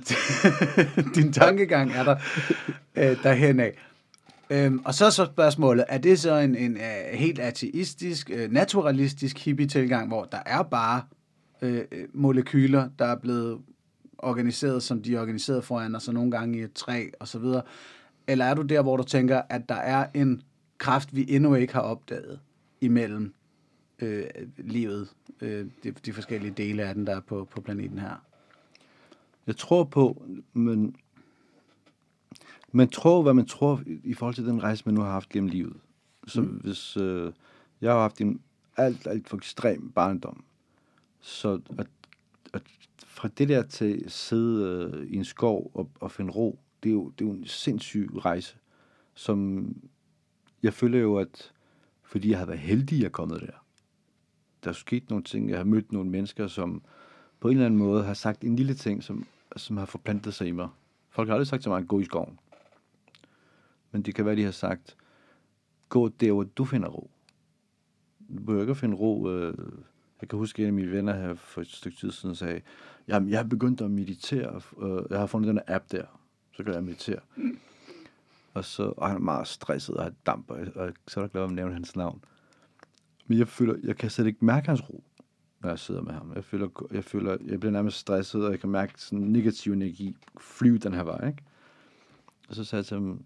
din tankegang er der derhen af. Og så spørgsmålet, er det så en helt ateistisk, naturalistisk hippie-tilgang, hvor der er bare molekyler, der er blevet organiseret, som de er organiseret foran, og så nogle gange i et træ, og så videre? Eller er du der, hvor du tænker, at der er en kraft, vi endnu ikke har opdaget imellem livet, de forskellige dele af den, der er på planeten her? Jeg tror på, men man tror, hvad man tror i forhold til den rejse, man nu har haft gennem livet. Så hvis jeg har haft en alt for ekstrem barndom, så at fra det der til at sidde i en skov og finde ro, det er jo en sindssyg rejse, som jeg føler jo, at fordi jeg har været heldig, at jeg er kommet der. Der er sket nogle ting, jeg har mødt nogle mennesker, som på en eller anden måde har sagt en lille ting, som har forplantet sig i mig. Folk har aldrig sagt til mig, gå i skoven. Men det kan være, de har sagt, gå der, hvor du finder ro. Du behøver ikke at finde ro. Jeg kan huske, en af mine venner her for et stykke tid siden sagde, jamen, jeg har begyndt at meditere. Jeg har fundet den her app der, så kan jeg meditere. Og han er meget stresset og har damper, og så er der glad at nævne hans navn. Men jeg kan slet ikke mærke hans ro, når jeg sidder med ham. Jeg bliver nærmest stresset, og jeg kan mærke sådan negativ energi flyve den her vej, ikke? Og så sagde jeg til ham,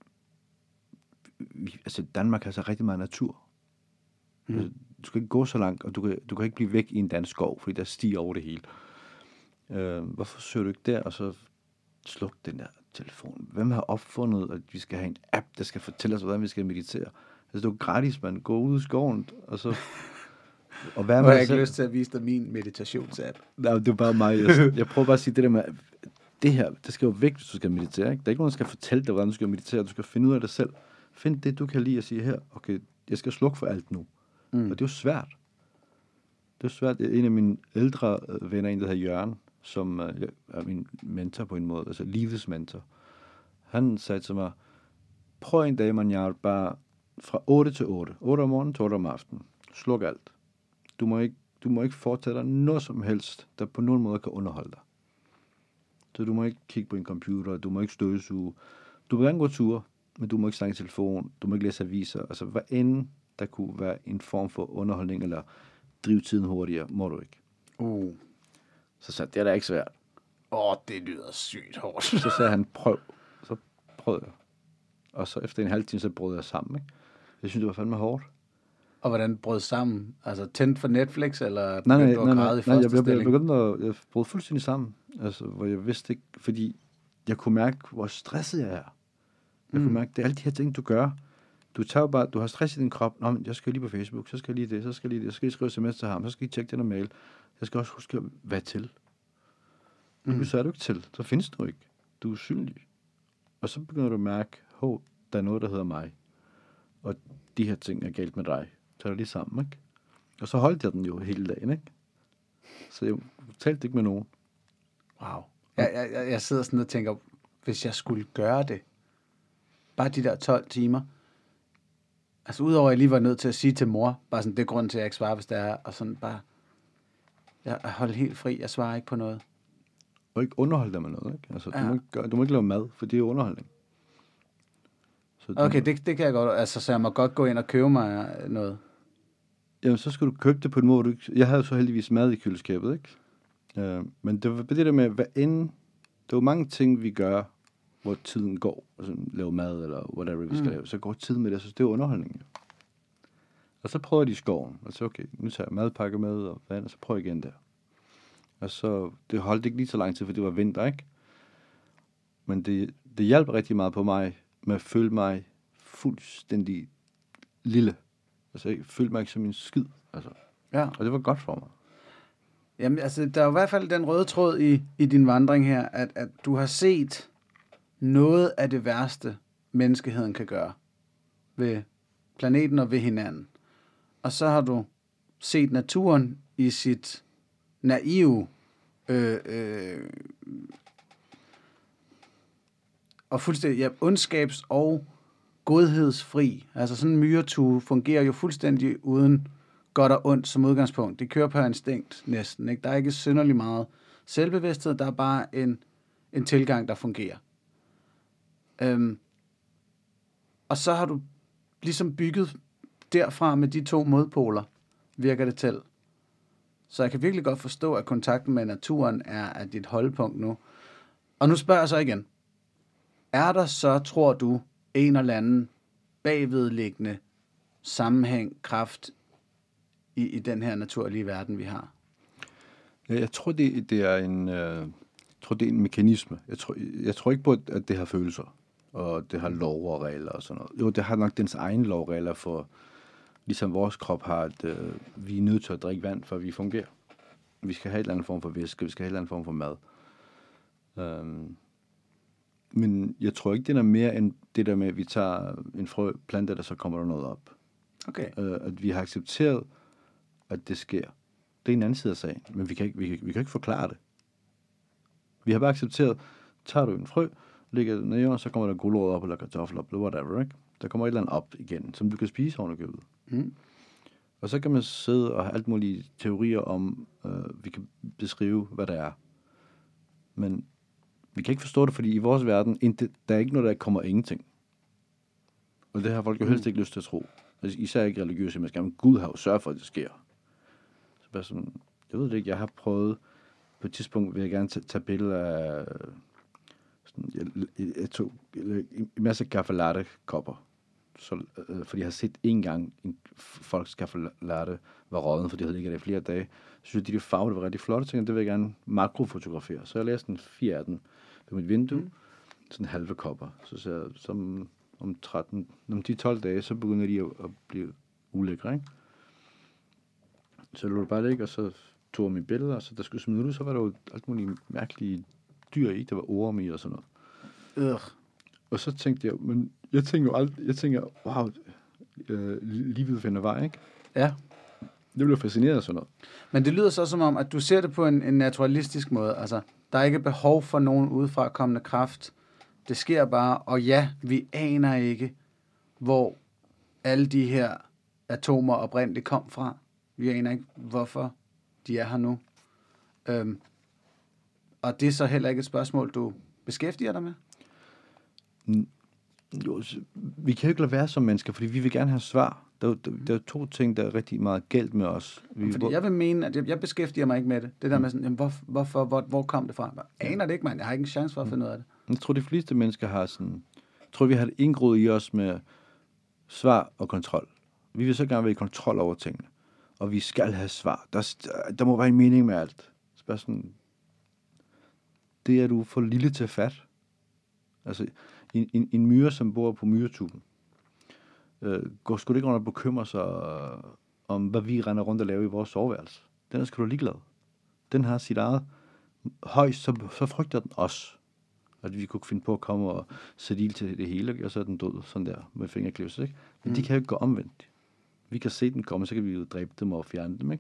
altså Danmark har så rigtig meget natur. Altså, du skal ikke gå så langt, og du kan ikke blive væk i en dansk skov, fordi der stiger over det hele. Hvorfor søger du ikke der, og så sluk den der telefon? Hvem har opfundet, at vi skal have en app, der skal fortælle os, hvordan vi skal meditere? Altså, det er gratis, man. Gå ud i skoven, og så... Og hvad med jeg har ikke lyst til at vise dig min meditationsapp. Nej, det er bare mig. Jeg prøver bare at sige det der med, det her, det skal jo væk, hvis du skal meditere, ikke? Der er ikke nogen, der skal fortælle dig, hvordan du skal meditere. Du skal finde ud af det selv. Find det, du kan lide at sige her. Okay, jeg skal slukke for alt nu. Og det er jo svært. Det er svært. En af mine ældre venner, en der hedder Jørgen, som er min mentor på en måde, altså livets mentor. Han sagde til mig, prøv en dag, man bare fra 8 til 8. 8 om morgenen til 8 om aftenen. Sluk alt. Du må ikke foretage dig noget som helst, der på nogen måde kan underholde dig. Så du må ikke kigge på en computer, du må ikke støvsuge. Du må gerne gå ture, men du må ikke snakke i telefon, du må ikke læse aviser. Altså hvad end der kunne være en form for underholdning, eller drive tiden hurtigere, må du ikke. Så sagde det er da ikke svært. Det lyder sygt hårdt. Så sagde han, prøv. Så prøvede jeg. Og så efter en halv time, så brød jeg sammen, ikke? Jeg synes, det var fandme hårdt. Og hvordan brød sammen? Altså tændt for Netflix, eller nej, i første jeg brød fuldstændig sammen. Altså, hvor jeg vidste ikke, fordi jeg kunne mærke, hvor stresset jeg er. Jeg kunne mærke, det er alle de her ting, du gør. Du tager bare, du har stress i din krop. Nå, men jeg skal lige på Facebook, så skal jeg lige det, så skal jeg lige det. Jeg skal lige skrive sms til ham, så skal jeg tjekke den og mail. Jeg skal også huske, hvad til. Så er du ikke til. Så findes du ikke. Du er usynlig. Og så begynder du at mærke, der er noget, der hedder mig. Og de her ting er galt med dig. Så er det lige sammen, ikke? Og så holdt jeg den jo hele dagen, ikke? Så jeg talte ikke med nogen. Wow. Jeg sidder sådan og tænker, hvis jeg skulle gøre det, bare de der 12 timer, altså udover at jeg lige var nødt til at sige til mor, bare sådan, det er grunden til, at jeg ikke svarer, hvis det er, og sådan bare, jeg holder helt fri, jeg svarer ikke på noget. Og ikke underholde dig med noget, ikke? Altså, du må ikke lave mad, for det er underholdning. Så okay, det kan jeg godt, altså, så jeg må godt gå ind og købe mig noget. Jamen, så skal du købe det på en måde, du ikke... Jeg havde så heldigvis mad i køleskabet, ikke? Men det var det der med, der var mange ting, vi gør, hvor tiden går, altså lave mad, eller whatever vi skal lave, så går tiden med det, så det er underholdning. Og så prøver de i skoven, og så okay, nu tager jeg madpakke med, og vand, og så prøver jeg igen der. Og så, det holdt ikke lige så lang tid, for det var vinter, ikke? Men det hjalp rigtig meget på mig, med at føle mig fuldstændig lille. Altså, jeg følte mig ikke som en skid, altså. Ja. Og det var godt for mig. Jamen, altså, der er jo i hvert fald den røde tråd i din vandring her, at du har set noget af det værste, menneskeheden kan gøre ved planeten og ved hinanden. Og så har du set naturen i sit naive og fuldstændig ondskabs- og godhedsfri. Altså sådan en myretue fungerer jo fuldstændig uden godt og ondt som udgangspunkt. Det kører på instinkt næsten. Ikke? Der er ikke synderlig meget selvbevidsthed, der er bare en tilgang, der fungerer. Og så har du ligesom bygget derfra med de to modpoler, virker det til. Så jeg kan virkelig godt forstå, at kontakten med naturen er dit holdepunkt nu. Og nu spørger jeg så igen. Er der så, tror du, en eller anden bagvedliggende sammenhæng, kraft i den her naturlige verden, vi har? Ja, jeg tror, det er en mekanisme. Jeg tror ikke på, at det har følelser, og det har lov og regler og sådan noget. Jo, det har nok dens egen lov og regler for, ligesom vores krop har, at vi er nødt til at drikke vand, for vi fungerer. Vi skal have en eller anden form for væske, vi skal have en eller anden form for mad. Men jeg tror ikke, det er mere end det der med, at vi tager en frø, planter der, så kommer der noget op. Okay. At vi har accepteret, at det sker. Det er en anden side af sagen, men vi kan ikke forklare det. Vi har bare accepteret, tager du en frø, lægger det ned i jorden, så kommer der gulerod op, eller kartofler op, eller whatever, ikke? Der kommer et eller andet op igen, som du kan spise oven i købet. Mm. Og så kan man sidde og have alt mulige teorier om, vi kan beskrive, hvad det er. Men vi kan ikke forstå det, fordi i vores verden, der er ikke noget, der kommer ingenting. Og det har folk jo helst ikke lyst til at tro. Altså, især ikke religiøse mennesker, men Gud har jo sørget for, at det sker. Så bare sådan, jeg ved det ikke, jeg har prøvet, på et tidspunkt vil jeg gerne tage billeder af, sådan, jeg tog en masse kaffe latte kopper. Så, fordi jeg har set en gang folks kaffe latte var rådden, for de havde ligget der i flere dage. Så synes jeg, de farver, det var rigtig flotte ting, det vil jeg gerne makrofotografere. Så jeg læste sådan 4 af dem på mit vindue, sådan halve kopper. Så ser jeg, som om de 12 dage, så begynder de at blive ulækre, ikke? Så jeg lå det bare ligge, og så tog jeg mine billeder, og så der skulle smide ud, så var der jo alt mulige mærkelige dyr i, der var orme i og sådan noget. Og så tænkte jeg, men jeg tænker, wow, livet finder vej, ikke? Ja. Det blev fascineret af sådan noget. Men det lyder så som om, at du ser det på en naturalistisk måde. Altså, der er ikke behov for nogen udefra kommende kraft. Det sker bare, og ja, vi aner ikke, hvor alle de her atomer oprindeligt kom fra. Vi aner ikke, hvorfor de er her nu. Og det er så heller ikke et spørgsmål, du beskæftiger dig med? Jo, vi kan jo ikke lade være som mennesker, fordi vi vil gerne have svar. Der er 2 ting, der er rigtig meget galt med os. Jeg vil mene, at jeg beskæftiger mig ikke med det. Det der med sådan, jamen, hvor kom det fra? Jeg aner det ikke, mand. Jeg har ikke en chance for at finde ud af det. Jeg tror, de fleste mennesker har sådan... Jeg tror, vi har det indgroet i os med svar og kontrol. Vi vil så gerne være i kontrol over tingene. Og vi skal have svar. Der må være en mening med alt. Sådan, det er du for lille til fat. Altså, en myre, som bor på myretuben, går sgu ikke rundt og bekymre sig om, hvad vi render rundt og laver i vores soveværelse. Den er sgu da ligeglad. Den har sit eget. Højst, så frygter den os. At vi kunne finde på at komme og sætte ild til det hele, og så er den død, sådan der, med fingerklips, ikke? Men de kan jo ikke gå omvendt. Vi kan se den komme, så kan vi jo dræbe dem og fjerne dem, ikke?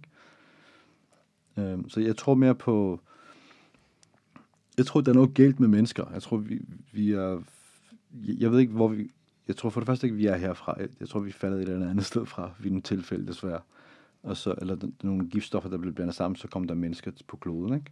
Så jeg tror mere på... Jeg tror, der er noget galt med mennesker. Jeg tror, vi er... Jeg ved ikke, hvor vi... Jeg tror for det første ikke, vi er herfra. Jeg tror, vi faldet et eller andet sted fra, vi er nogle tilfælde, desværre. Og så, eller nogle giftstoffer, der bliver blandet sammen, så kommer der mennesker på kloden, ikke?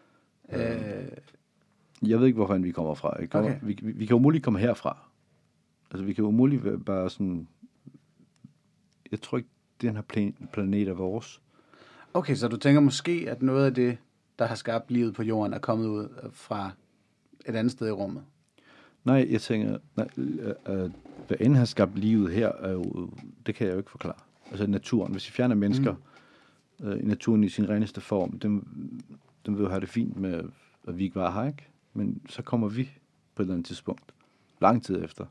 Jeg ved ikke, hvorfor vi kommer fra. Okay. Vi kan umuligt komme herfra. Altså, vi kan umuligt bare sådan... Jeg tror ikke, den her planet er vores. Okay, så du tænker måske, at noget af det, der har skabt livet på jorden, er kommet ud fra et andet sted i rummet? Nej, jeg tænker, hvad end har skabt livet her, det kan jeg jo ikke forklare. Altså naturen. Hvis vi fjerner mennesker, i naturen i sin reneste form, dem vil jo have det fint med, at vi ikke var her, ikke? Men så kommer vi på et eller andet tidspunkt, lang tid efter.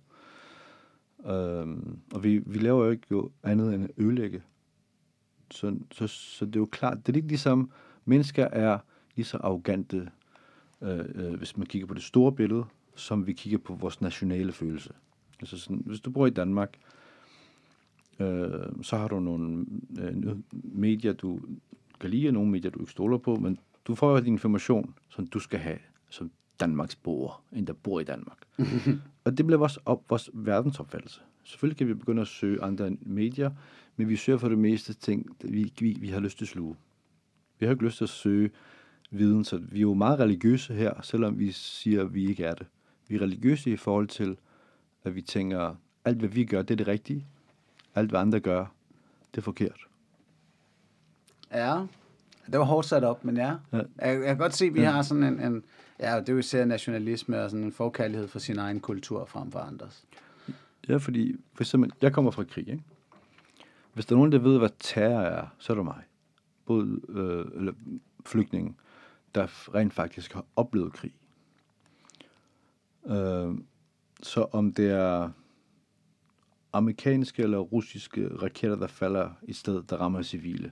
Og vi laver jo ikke andet end at ødelægge. Så det er jo klart, det er ikke ligesom, mennesker er lige så arrogante, hvis man kigger på det store billede, som vi kigger på vores nationale følelse. Altså sådan, hvis du bor i Danmark, så har du nogle medier, du kan lide, og nogle medier, du ikke stoler på, men du får jo din information, som du skal have, som Danmarks borger, en der bor i Danmark. Og det bliver vores verdensopfattelse. Selvfølgelig kan vi begynde at søge andre medier, men vi søger for det meste ting, vi har lyst til at sluge. Vi har ikke lyst til at søge viden, så vi er jo meget religiøse her, selvom vi siger, at vi ikke er det. Vi er religiøse i forhold til, at vi tænker, alt hvad vi gør, det er det rigtige. Alt hvad andre gør, det er forkert. Ja, det var hårdt sat op, men ja. Jeg kan godt se, at vi har sådan en ja, det er jo især nationalisme og sådan en forkærlighed for sin egen kultur frem for andres. Ja, fordi for eksempel, jeg kommer fra krig, ikke? Hvis der er nogen, der ved, hvad terror er, så er det mig. Både eller flygtninge, der rent faktisk har oplevet krig. Så om det er amerikanske eller russiske raketter, der falder i stedet, der rammer civile.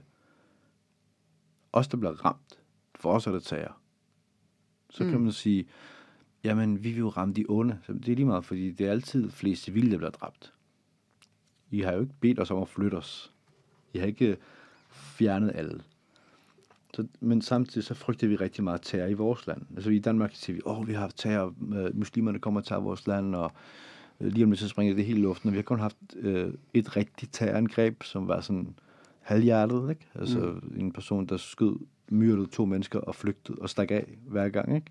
Os, der bliver ramt, for os er det terror. Så kan man sige, jamen, vi vil jo ramme de onde. Så det er lige meget, fordi det er altid flest civile, der bliver dræbt. I har jo ikke bedt os om at flytte os. I har ikke fjernet alle. Men samtidig så frygter vi rigtig meget terror i vores land. Altså i Danmark siger vi, vi har haft terror, muslimerne kommer og tager vores land, og lige om lidt så springer det hele i luften. Og vi har kun haft et rigtigt terrorangreb, som var sådan halvhjertet, ikke? Altså en person, der skød, myrdede 2 mennesker og flygtede og stak af hver gang, ikke?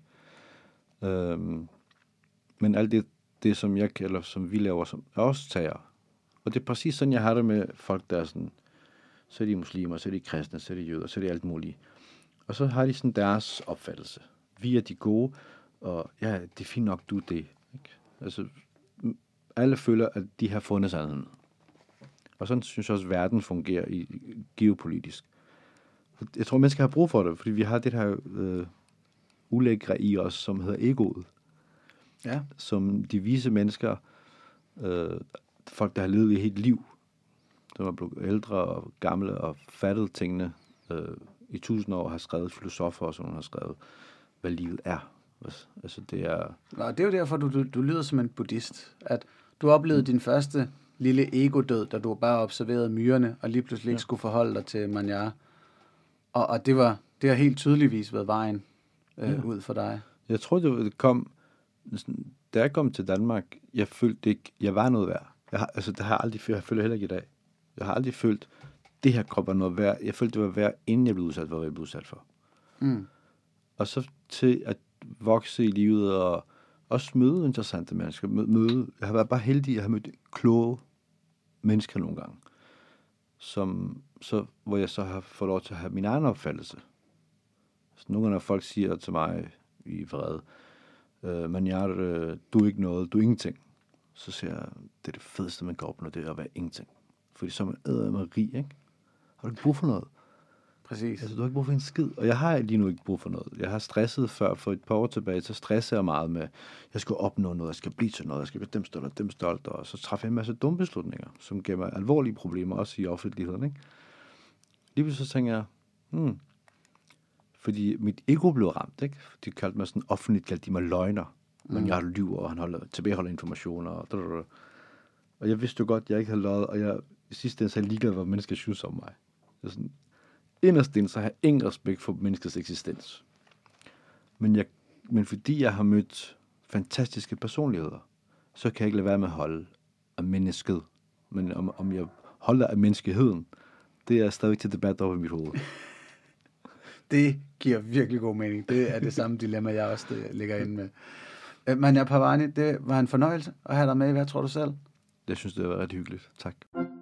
Men alt det, som jeg kalder, som vi laver, som er også terror. Og det er præcis sådan, jeg har det med folk, der er sådan, så er de muslimer, så er de kristne, så er de jøder, så er de alt muligt. Og så har de sådan deres opfattelse. Vi er de gode, og ja, det er fint nok, du er det. Ikke? Altså, alle føler, at de har fundet sandheden. Og sådan synes jeg også, at verden fungerer i geopolitisk. Jeg tror, mennesker har brug for det, fordi vi har det her ulækre i os, som hedder egoet. Ja. Som de vise mennesker, folk, der har levet et helt liv, som er blevet ældre og gamle og fattet tingene i 1000 år, har skrevet filosofer, og sådan har skrevet, hvad livet er. Altså, det er... Nå, det er jo derfor, du lyder som en buddhist. At du oplevede din første lille ego-død, da du bare observerede myrerne, og lige pludselig ikke skulle forholde dig til Manyar. Og det har helt tydeligvis været vejen ud for dig. Jeg tror, det kom... Da jeg kom til Danmark, jeg følte ikke, jeg var noget værd. Det har jeg aldrig følt. Jeg føler heller ikke i dag. Jeg har aldrig følt, det her krop var noget værd. Jeg følte, det var værd, inden jeg blev udsat for, hvad jeg blev udsat for. Og så til at vokse i livet, og også møde interessante mennesker. Jeg har været bare heldig, jeg har mødt kloge mennesker nogle gange. Hvor jeg så har fået lov til at have min egen opfattelse. Så nogle gange, når folk siger til mig i vrede, Manyar, du er ikke noget, du er ingenting. Så siger jeg, det er det fedeste, man kan opnå, det er at være ingenting. Fordi så er man rig, ikke? Har du ikke brug for noget? Præcis. Altså, du har ikke brug for en skid. Og jeg har lige nu ikke brug for noget. Jeg har stresset før, for et par år tilbage, så stressede jeg meget med, jeg skal opnå noget, jeg skal blive til noget, jeg skal gøre dem stolt, og så træffer jeg en masse dumme beslutninger, som giver mig alvorlige problemer, også i offentligheden, ikke? Lige pludselig så tænker jeg, fordi mit ego blev ramt, ikke? De kaldte mig sådan offentligt, kaldte de mig løgner. Men jeg lyver, og han tilbageholder informationer, og jeg vidste jo godt, at jeg ikke havde løjet, og jeg i sidste ende så er jeg ligeglad, hvad mennesker synes om mig. Det er sådan, inderst inde, så har jeg ingen respekt for menneskets eksistens. Men fordi jeg har mødt fantastiske personligheder, så kan jeg ikke lade være med at holde af mennesket. Men om jeg holder af menneskeheden, det er stadig til debat over i mit hoved. Det giver virkelig god mening. Det er det samme dilemma, jeg også ligger inde med. Manyar Parvani, det var en fornøjelse at have dig med. Hvad tror du selv? Jeg synes, det var ret hyggeligt. Tak.